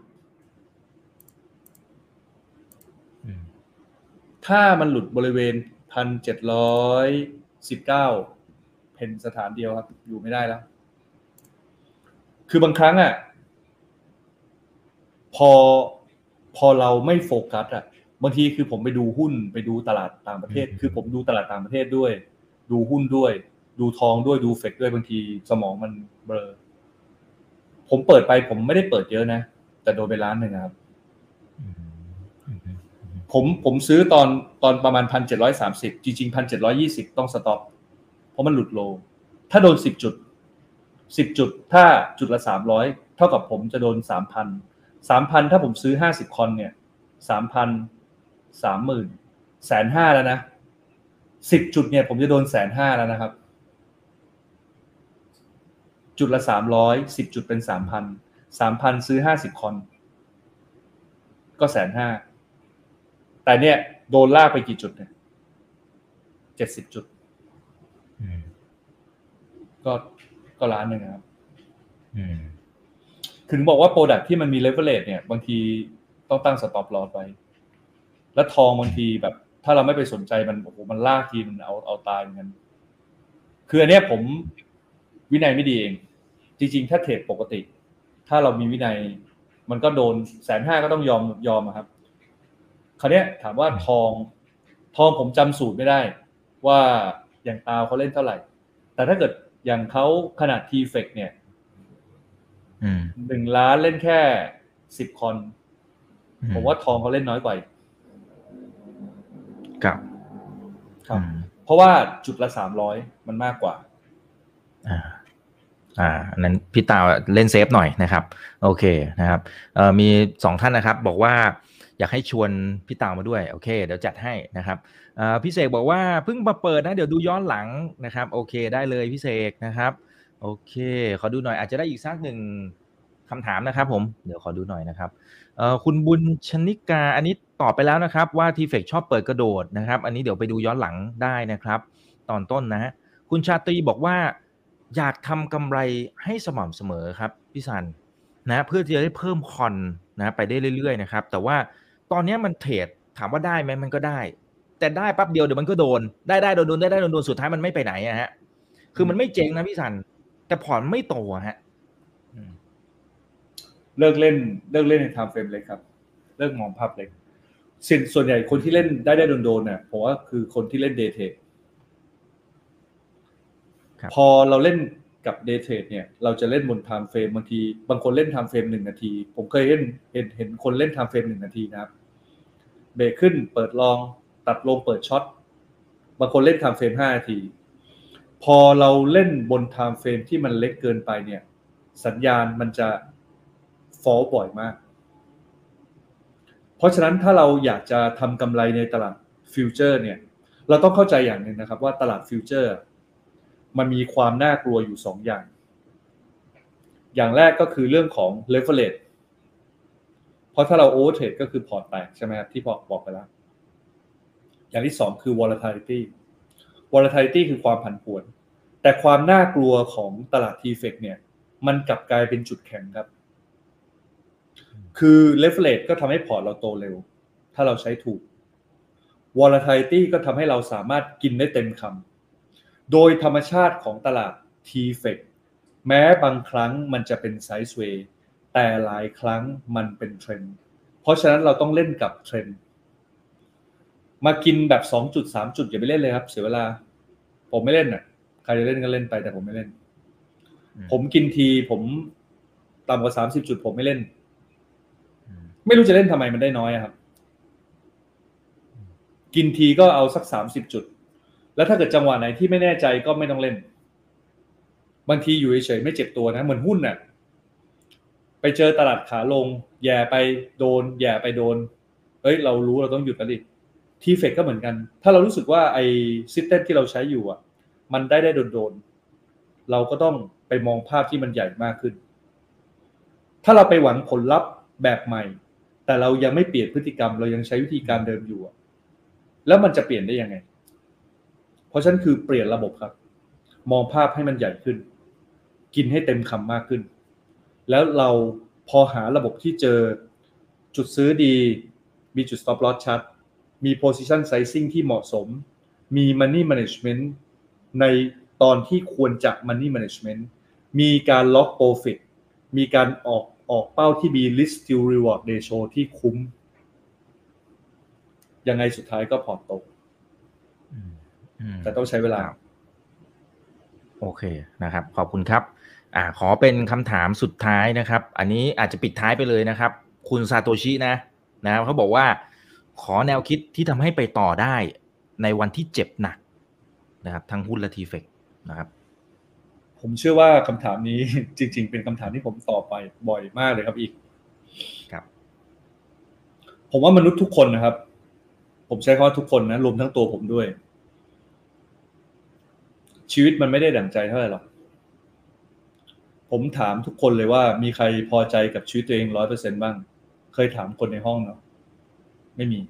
ถ้ามันหลุดบริเวณ หนึ่งพันเจ็ดร้อยสิบเก้า เพนสถานเดียวครับอยู่ไม่ได้แล้วคือบางครั้งอ่ะพอพอเราไม่โฟกัสอ่ะบางทีคือผมไปดูหุ้นไปดูตลาดต่างประเทศคือผมดูตลาดต่างประเทศด้วยดูหุ้นด้วยดูทองด้วยดูเฟกด้วยบางทีสมองมันเบลอผมเปิดไปผมไม่ได้เปิดเยอะนะแต่โดนไปล้านหนึ่งครับผมผมซื้อตอนตอนประมาณ หนึ่งพันเจ็ดร้อยสามสิบ จริงๆ หนึ่งพันเจ็ดร้อยยี่สิบ ต้องสต็อปเพราะมันหลุดโลถ้าโดนสิบจุดสิบจุดถ้าจุดละสามร้อยเท่ากับผมจะโดน สามพัน สามพันถ้าผมซื้อห้าสิบคอนเนี่ย สามพัน สามหมื่น หนึ่งแสนห้าพัน แล้วนะสิบจุดเนี่ยผมจะโดน หนึ่งแสนห้าพัน แล้วนะครับจุดละสามร้อยสิบจุดเป็น สามพัน สามพัน ซื้อห้าสิบคอนก็ หนึ่งแสนห้าพัน แต่เนี่ยโดนลากไปกี่จุดเนี่ยเจ็ดสิบจุดก็ก็ล้านนึงครับถึงบอกว่าโปรดักที่มันมี leverage เนี่ยบางทีต้องตั้ง stop loss ไว้แล้วทองบางทีแบบถ้าเราไม่ไปสนใจมันโอ้โหมันลากทีมันเอาเอาตายเหมือนกันคืออันเนี้ยผมวินัยไม่ดีเองจริงๆถ้าเทรดปกติถ้าเรามีวินัยมันก็โดน หนึ่งแสนห้าพัน ก็ต้องยอมยอมครับคราวนี้ถามว่าทองทองผมจำสูตรไม่ได้ว่าอย่างตาวเขาเล่นเท่าไหร่แต่ถ้าเกิดอย่างเขาขนาด ที เอฟ อี ซี เนี่ยหนึ่งล้านเล่นแค่สิบคอนผมว่าทองเขาเล่นน้อยกว่าครับครับเพราะว่าจุดละสามร้อยมันมากกว่าอ่าอ่านั้นพี่ตาเล่นเซฟหน่อยนะครับโอเคนะครับเอ่อมีสองท่านนะครับบอกว่าอยากให้ชวนพี่ตามาด้วยโอเคเดี๋ยวจัดให้นะครับเอ่อพี่เสกบอกว่าเพิ่งมาเปิดนะเดี๋ยวดูย้อนหลังนะครับโอเคได้เลยพี่เสกนะครับโอเคขอดูหน่อยอาจจะได้อีกสักหนึ่งคำถามนะครับผมเดี๋ยวขอดูหน่อยนะครับเอ่อคุณบุญชนิกาอันนี้ตอบไปแล้วนะครับว่าทีเฟกชอบเปิดกระโดดนะครับอันนี้เดี๋ยวไปดูย้อนหลังได้นะครับตอนต้นนะคุณชาตรีบอกว่าอยากทำกำไรให้สม่ำเสมอครับพี่ซันนะเพื่อที่จะได้เพิ่มคอนนะไปได้เรื่อยๆนะครับแต่ว่าตอนนี้มันเทรดถามว่าได้ไหมมันก็ได้แต่ได้ปั๊บเดียวเดี๋ยวมันก็โดนได้ได้โดนโดนได้ได้โดนโดนสุดท้ายมันไม่ไปไหนอะฮะคือมันไม่เจ๊งนะพี่ซันแต่พอร์ตไม่โตฮะเลิกเล่นเลิกเล่นในไทม์เฟรมเล็กครับเลิกมองภาพเล็กสิ่งส่วนใหญ่คนที่เล่นได้ได้โดนๆเนี่ยผมว่าคือคนที่เล่นเดย์เทรดพอเราเล่นกับเดย์เทรดเนี่ยเราจะเล่นบนไทม์เฟรมบางทีบางคนเล่นไทม์เฟรมหนึ่งนาทีผมเคยเห็นเห็นเห็นคนเล่นไทม์เฟรมหนึ่งนาทีนะครับเบรกขึ้นเปิดลองตัดลงเปิดช็อตบางคนเล่น time frame ห้านาทีพอเราเล่นบน time frame ที่มันเล็กเกินไปเนี่ยสัญญาณมันจะ fall บ่อยมากเพราะฉะนั้นถ้าเราอยากจะทำกำไรในตลาดฟิวเจอร์เนี่ยเราต้องเข้าใจอย่างหนึ่งนะครับว่าตลาดฟิวเจอร์มันมีความน่ากลัวอยู่สองอย่างอย่างแรกก็คือเรื่องของ leverage เพราะถ้าเรา overtrade ก็คือพอร์ตแตกใช่ไหมครับที่บอกบอกไปแล้วอย่างที่สองคือ volatility volatility คือความผันผวนแต่ความน่ากลัวของตลาด ที เอฟ อี ซี เนี่ยมันกลับกลายเป็นจุดแข็งครับคือ leverage ก็ทำให้พอร์ตเราโตเร็วถ้าเราใช้ถูก volatility ก็ทำให้เราสามารถกินได้เต็มคำโดยธรรมชาติของตลาด ที เอฟ อี ซี แม้บางครั้งมันจะเป็นไซด์เวย์แต่หลายครั้งมันเป็นเทรนด์เพราะฉะนั้นเราต้องเล่นกับเทรนด์มากินแบบสองจุดสามจุดอย่าไปเล่นเลยครับเสียเวลาผมไม่เล่นน่ะใครจะเล่นก็เล่นไปแต่ผมไม่เล่นผมกินทีผมต่ำกว่าสามสิบจุดผมไม่เล่นไม่รู้จะเล่นทำไมมันได้น้อยครับกินทีก็เอาสักสามสิบจุดแล้วถ้าเกิดจังหวะไหนที่ไม่แน่ใจก็ไม่ต้องเล่นบางทีอยู่เฉยๆไม่เจ็บตัวนะเหมือนหุ้นน่ะไปเจอตลาดขาลงแย่ไปโดนแย่ไปโดนเอ้ยเรารู้เราต้องหยุดแล้วดิทีเฟกก็เหมือนกันถ้าเรารู้สึกว่าไอ้ซิสเต็มที่เราใช้อยู่อ่ะมันได้ได้โดนๆเราก็ต้องไปมองภาพที่มันใหญ่มากขึ้นถ้าเราไปหวังผลลัพธ์แบบใหม่แต่เรายังไม่เปลี่ยนพฤติกรรมเรายังใช้วิธีการเดิมอยู่แล้วมันจะเปลี่ยนได้ยังไงเพราะฉะนั้นคือเปลี่ยนระบบครับมองภาพให้มันใหญ่ขึ้นกินให้เต็มคำมากขึ้นแล้วเราพอหาระบบที่เจอจุดซื้อดีมีจุด stop loss ชัดมี position sizing ที่เหมาะสมมี money management ในตอนที่ควรจะ money management มีการ lock profit มีการออกออกเป้าที่มี risk to reward ratio ที่คุ้มยังไงสุดท้ายก็พอร์ตโตแต่ต้องใช้เวลาโอเคนะครับขอบคุณครับอ่าขอเป็นคำถามสุดท้ายนะครับอันนี้อาจจะปิดท้ายไปเลยนะครับคุณซาโตชินะนะครับเขาบอกว่าขอแนวคิดที่ทำให้ไปต่อได้ในวันที่เจ็บหนักนะครับทั้งหุ้นและ ที เอฟ อี ซี นะครับผมเชื่อว่าคำถามนี้จริงๆเป็นคำถามที่ผมตอบไปบ่อยมากเลยครับอีกครับผมว่ามนุษย์ทุกคนนะครับผมใช้คำว่าทุกคนนะรวมทั้งตัวผมด้วยชีวิตมันไม่ได้ดั่งใจเท่าไหร่หรอกผมถามทุกคนเลยว่ามีใครพอใจกับชีวิตตัวเอง ร้อยเปอร์เซ็นต์ บ้างเคยถามคนในห้องเนาะไม่มี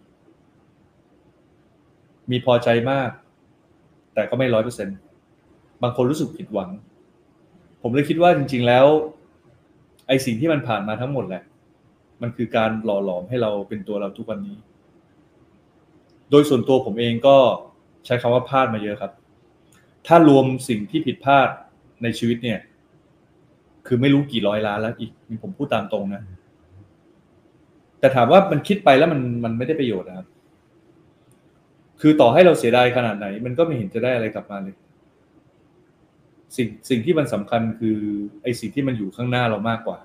มีพอใจมากแต่ก็ไม่ ร้อยเปอร์เซ็นต์ บางคนรู้สึกผิดหวังผมเลยคิดว่าจริงๆแล้วไอ้สิ่งที่มันผ่านมาทั้งหมดแหละมันคือการหล่อหลอมให้เราเป็นตัวเราทุกวันนี้โดยส่วนตัวผมเองก็ใช้คำว่าพลาดมาเยอะครับถ้ารวมสิ่งที่ผิดพลาดในชีวิตเนี่ยคือไม่รู้กี่ร้อยล้านแล้วอีกผมพูดตามตรงนะแต่ถามว่ามันคิดไปแล้วมันมันไม่ได้ประโยชน์นะครับคือต่อให้เราเสียดายขนาดไหนมันก็ไม่เห็นจะได้อะไรกลับมาเลยสิ่งสิ่งที่มันสำคัญคือไอ้สิ่งที่มันอยู่ข้างหน้าเรามากกว่า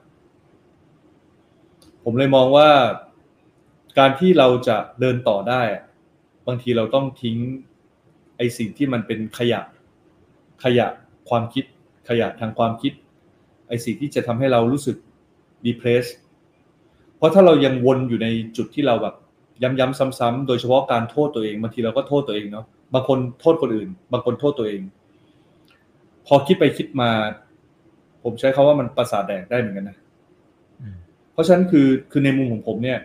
ผมเลยมองว่าการที่เราจะเดินต่อได้บางทีเราต้องทิ้งไอ้สิ่งที่มันเป็นขยะขยะความคิดขยะทางความคิดไอ้สิ่งที่จะทำให้เรารู้สึก depressed เพราะถ้าเรายังวนอยู่ในจุดที่เราแบบย้ำๆซ้ำๆโดยเฉพาะการโทษตัวเองบางทีเราก็โทษตัวเองเนาะบางคนโทษคนอื่นบางคนโทษตัวเองพอคิดไปคิดมาผมใช้คำว่ามันประสาทแดกได้เหมือนกันนะเพราะฉะนั้นคือคือในมุมของผมเนี่ย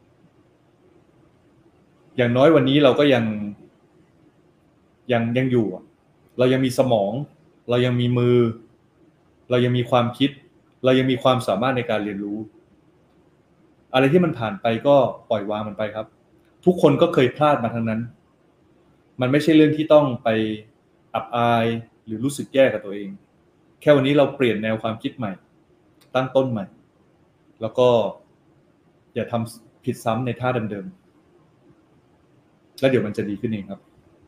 อย่างน้อยวันนี้เราก็ยังยังยังอยู่เรายังมีสมองเรายังมีมือเรายังมีความคิดเรายังมีความสามารถในการเรียนรู้อะไรที่มันผ่านไปก็ปล่อยวางมันไปครับทุกคนก็เคยพลาดมาทั้งนั้นมันไม่ใช่เรื่องที่ต้องไปอับอายหรือรู้สึกแย่กับตัวเองแค่วันนี้เราเปลี่ยนแนวความคิดใหม่ตั้งต้นใหม่แล้วก็อย่าทำผิดซ้ำในท่าเดิมๆแล้วเดี๋ยวมันจะดีขึ้นเองครับ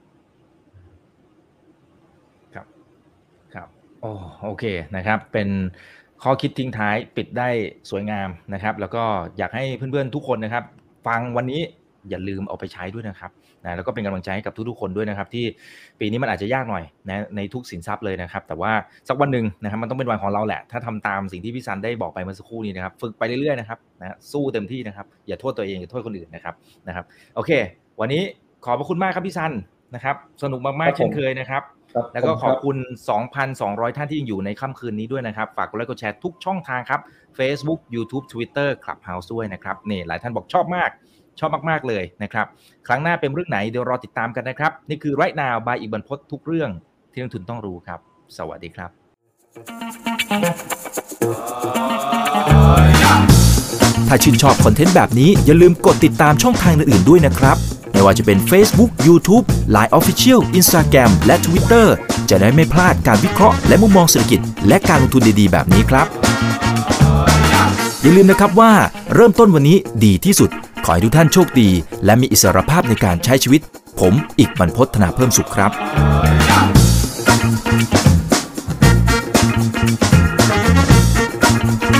ครับครับโอ้โอเคนะครับเป็นข้อคิดทิ้งท้ายปิดได้สวยงามนะครับแล้วก็อยากให้เพื่อนๆทุกคนนะครับฟังวันนี้อย่าลืมเอาไปใช้ด้วยนะครับนะแล้วก็เป็นกำลังใจให้กับทุกๆคนด้วยนะครับที่ปีนี้มันอาจจะยากหน่อยนะในทุกสินทรัพย์เลยนะครับแต่ว่าสักวันหนึ่งนะครับมันต้องเป็นวันของเราแหละถ้าทำตามสิ่งที่พี่ซันได้บอกไปเมื่อสักครู่นี้นะครับฝึกไปเรื่อยๆนะครับนะสู้เต็มที่นะครับอย่าโทษตัวเองอย่าโทษคนอื่นนะครับนะครับโอเควันนี้ขอบพระคุณมากครับพี่ซันนะครับสนุกมากๆเช่นเคยนะครับแล้วก็ขอบคุณ สองพันสองร้อย ท่านที่ยังอยู่ในค่ำคืนนี้ด้วยนะครับฝากกดไลค์กดแชร์ทุกช่องทางครับ Facebook YouTube Twitter Clubhouse ด้วยนะครับนี่หลายท่านบอกชอบมากชอบมากๆเลยนะครับครั้งหน้าเป็นเรื่องไหนเดี๋ยวรอติดตามกันนะครับนี่คือ Right Now by อีกบรรพตทุกเรื่องที่นักทุนต้องรู้ครับสวัสดีครับถ้าชื่นชอบคอนเทนต์แบบนี้อย่าลืมกดติดตามช่องทางอื่นๆด้วยนะครับไม่ว่าจะเป็น Facebook YouTube ไลน์ Official Instagram และ Twitter จะได้ไม่พลาดการวิเคราะห์และมุมมองเศรษฐกิจและการลงทุนดีๆแบบนี้ครับอย่าลืมนะครับว่าเริ่มต้นวันนี้ดีที่สุดขอให้ทุกท่านโชคดีและมีอิสรภาพในการใช้ชีวิตผมอีกบรรพต ธนาเพิ่มสุขครับ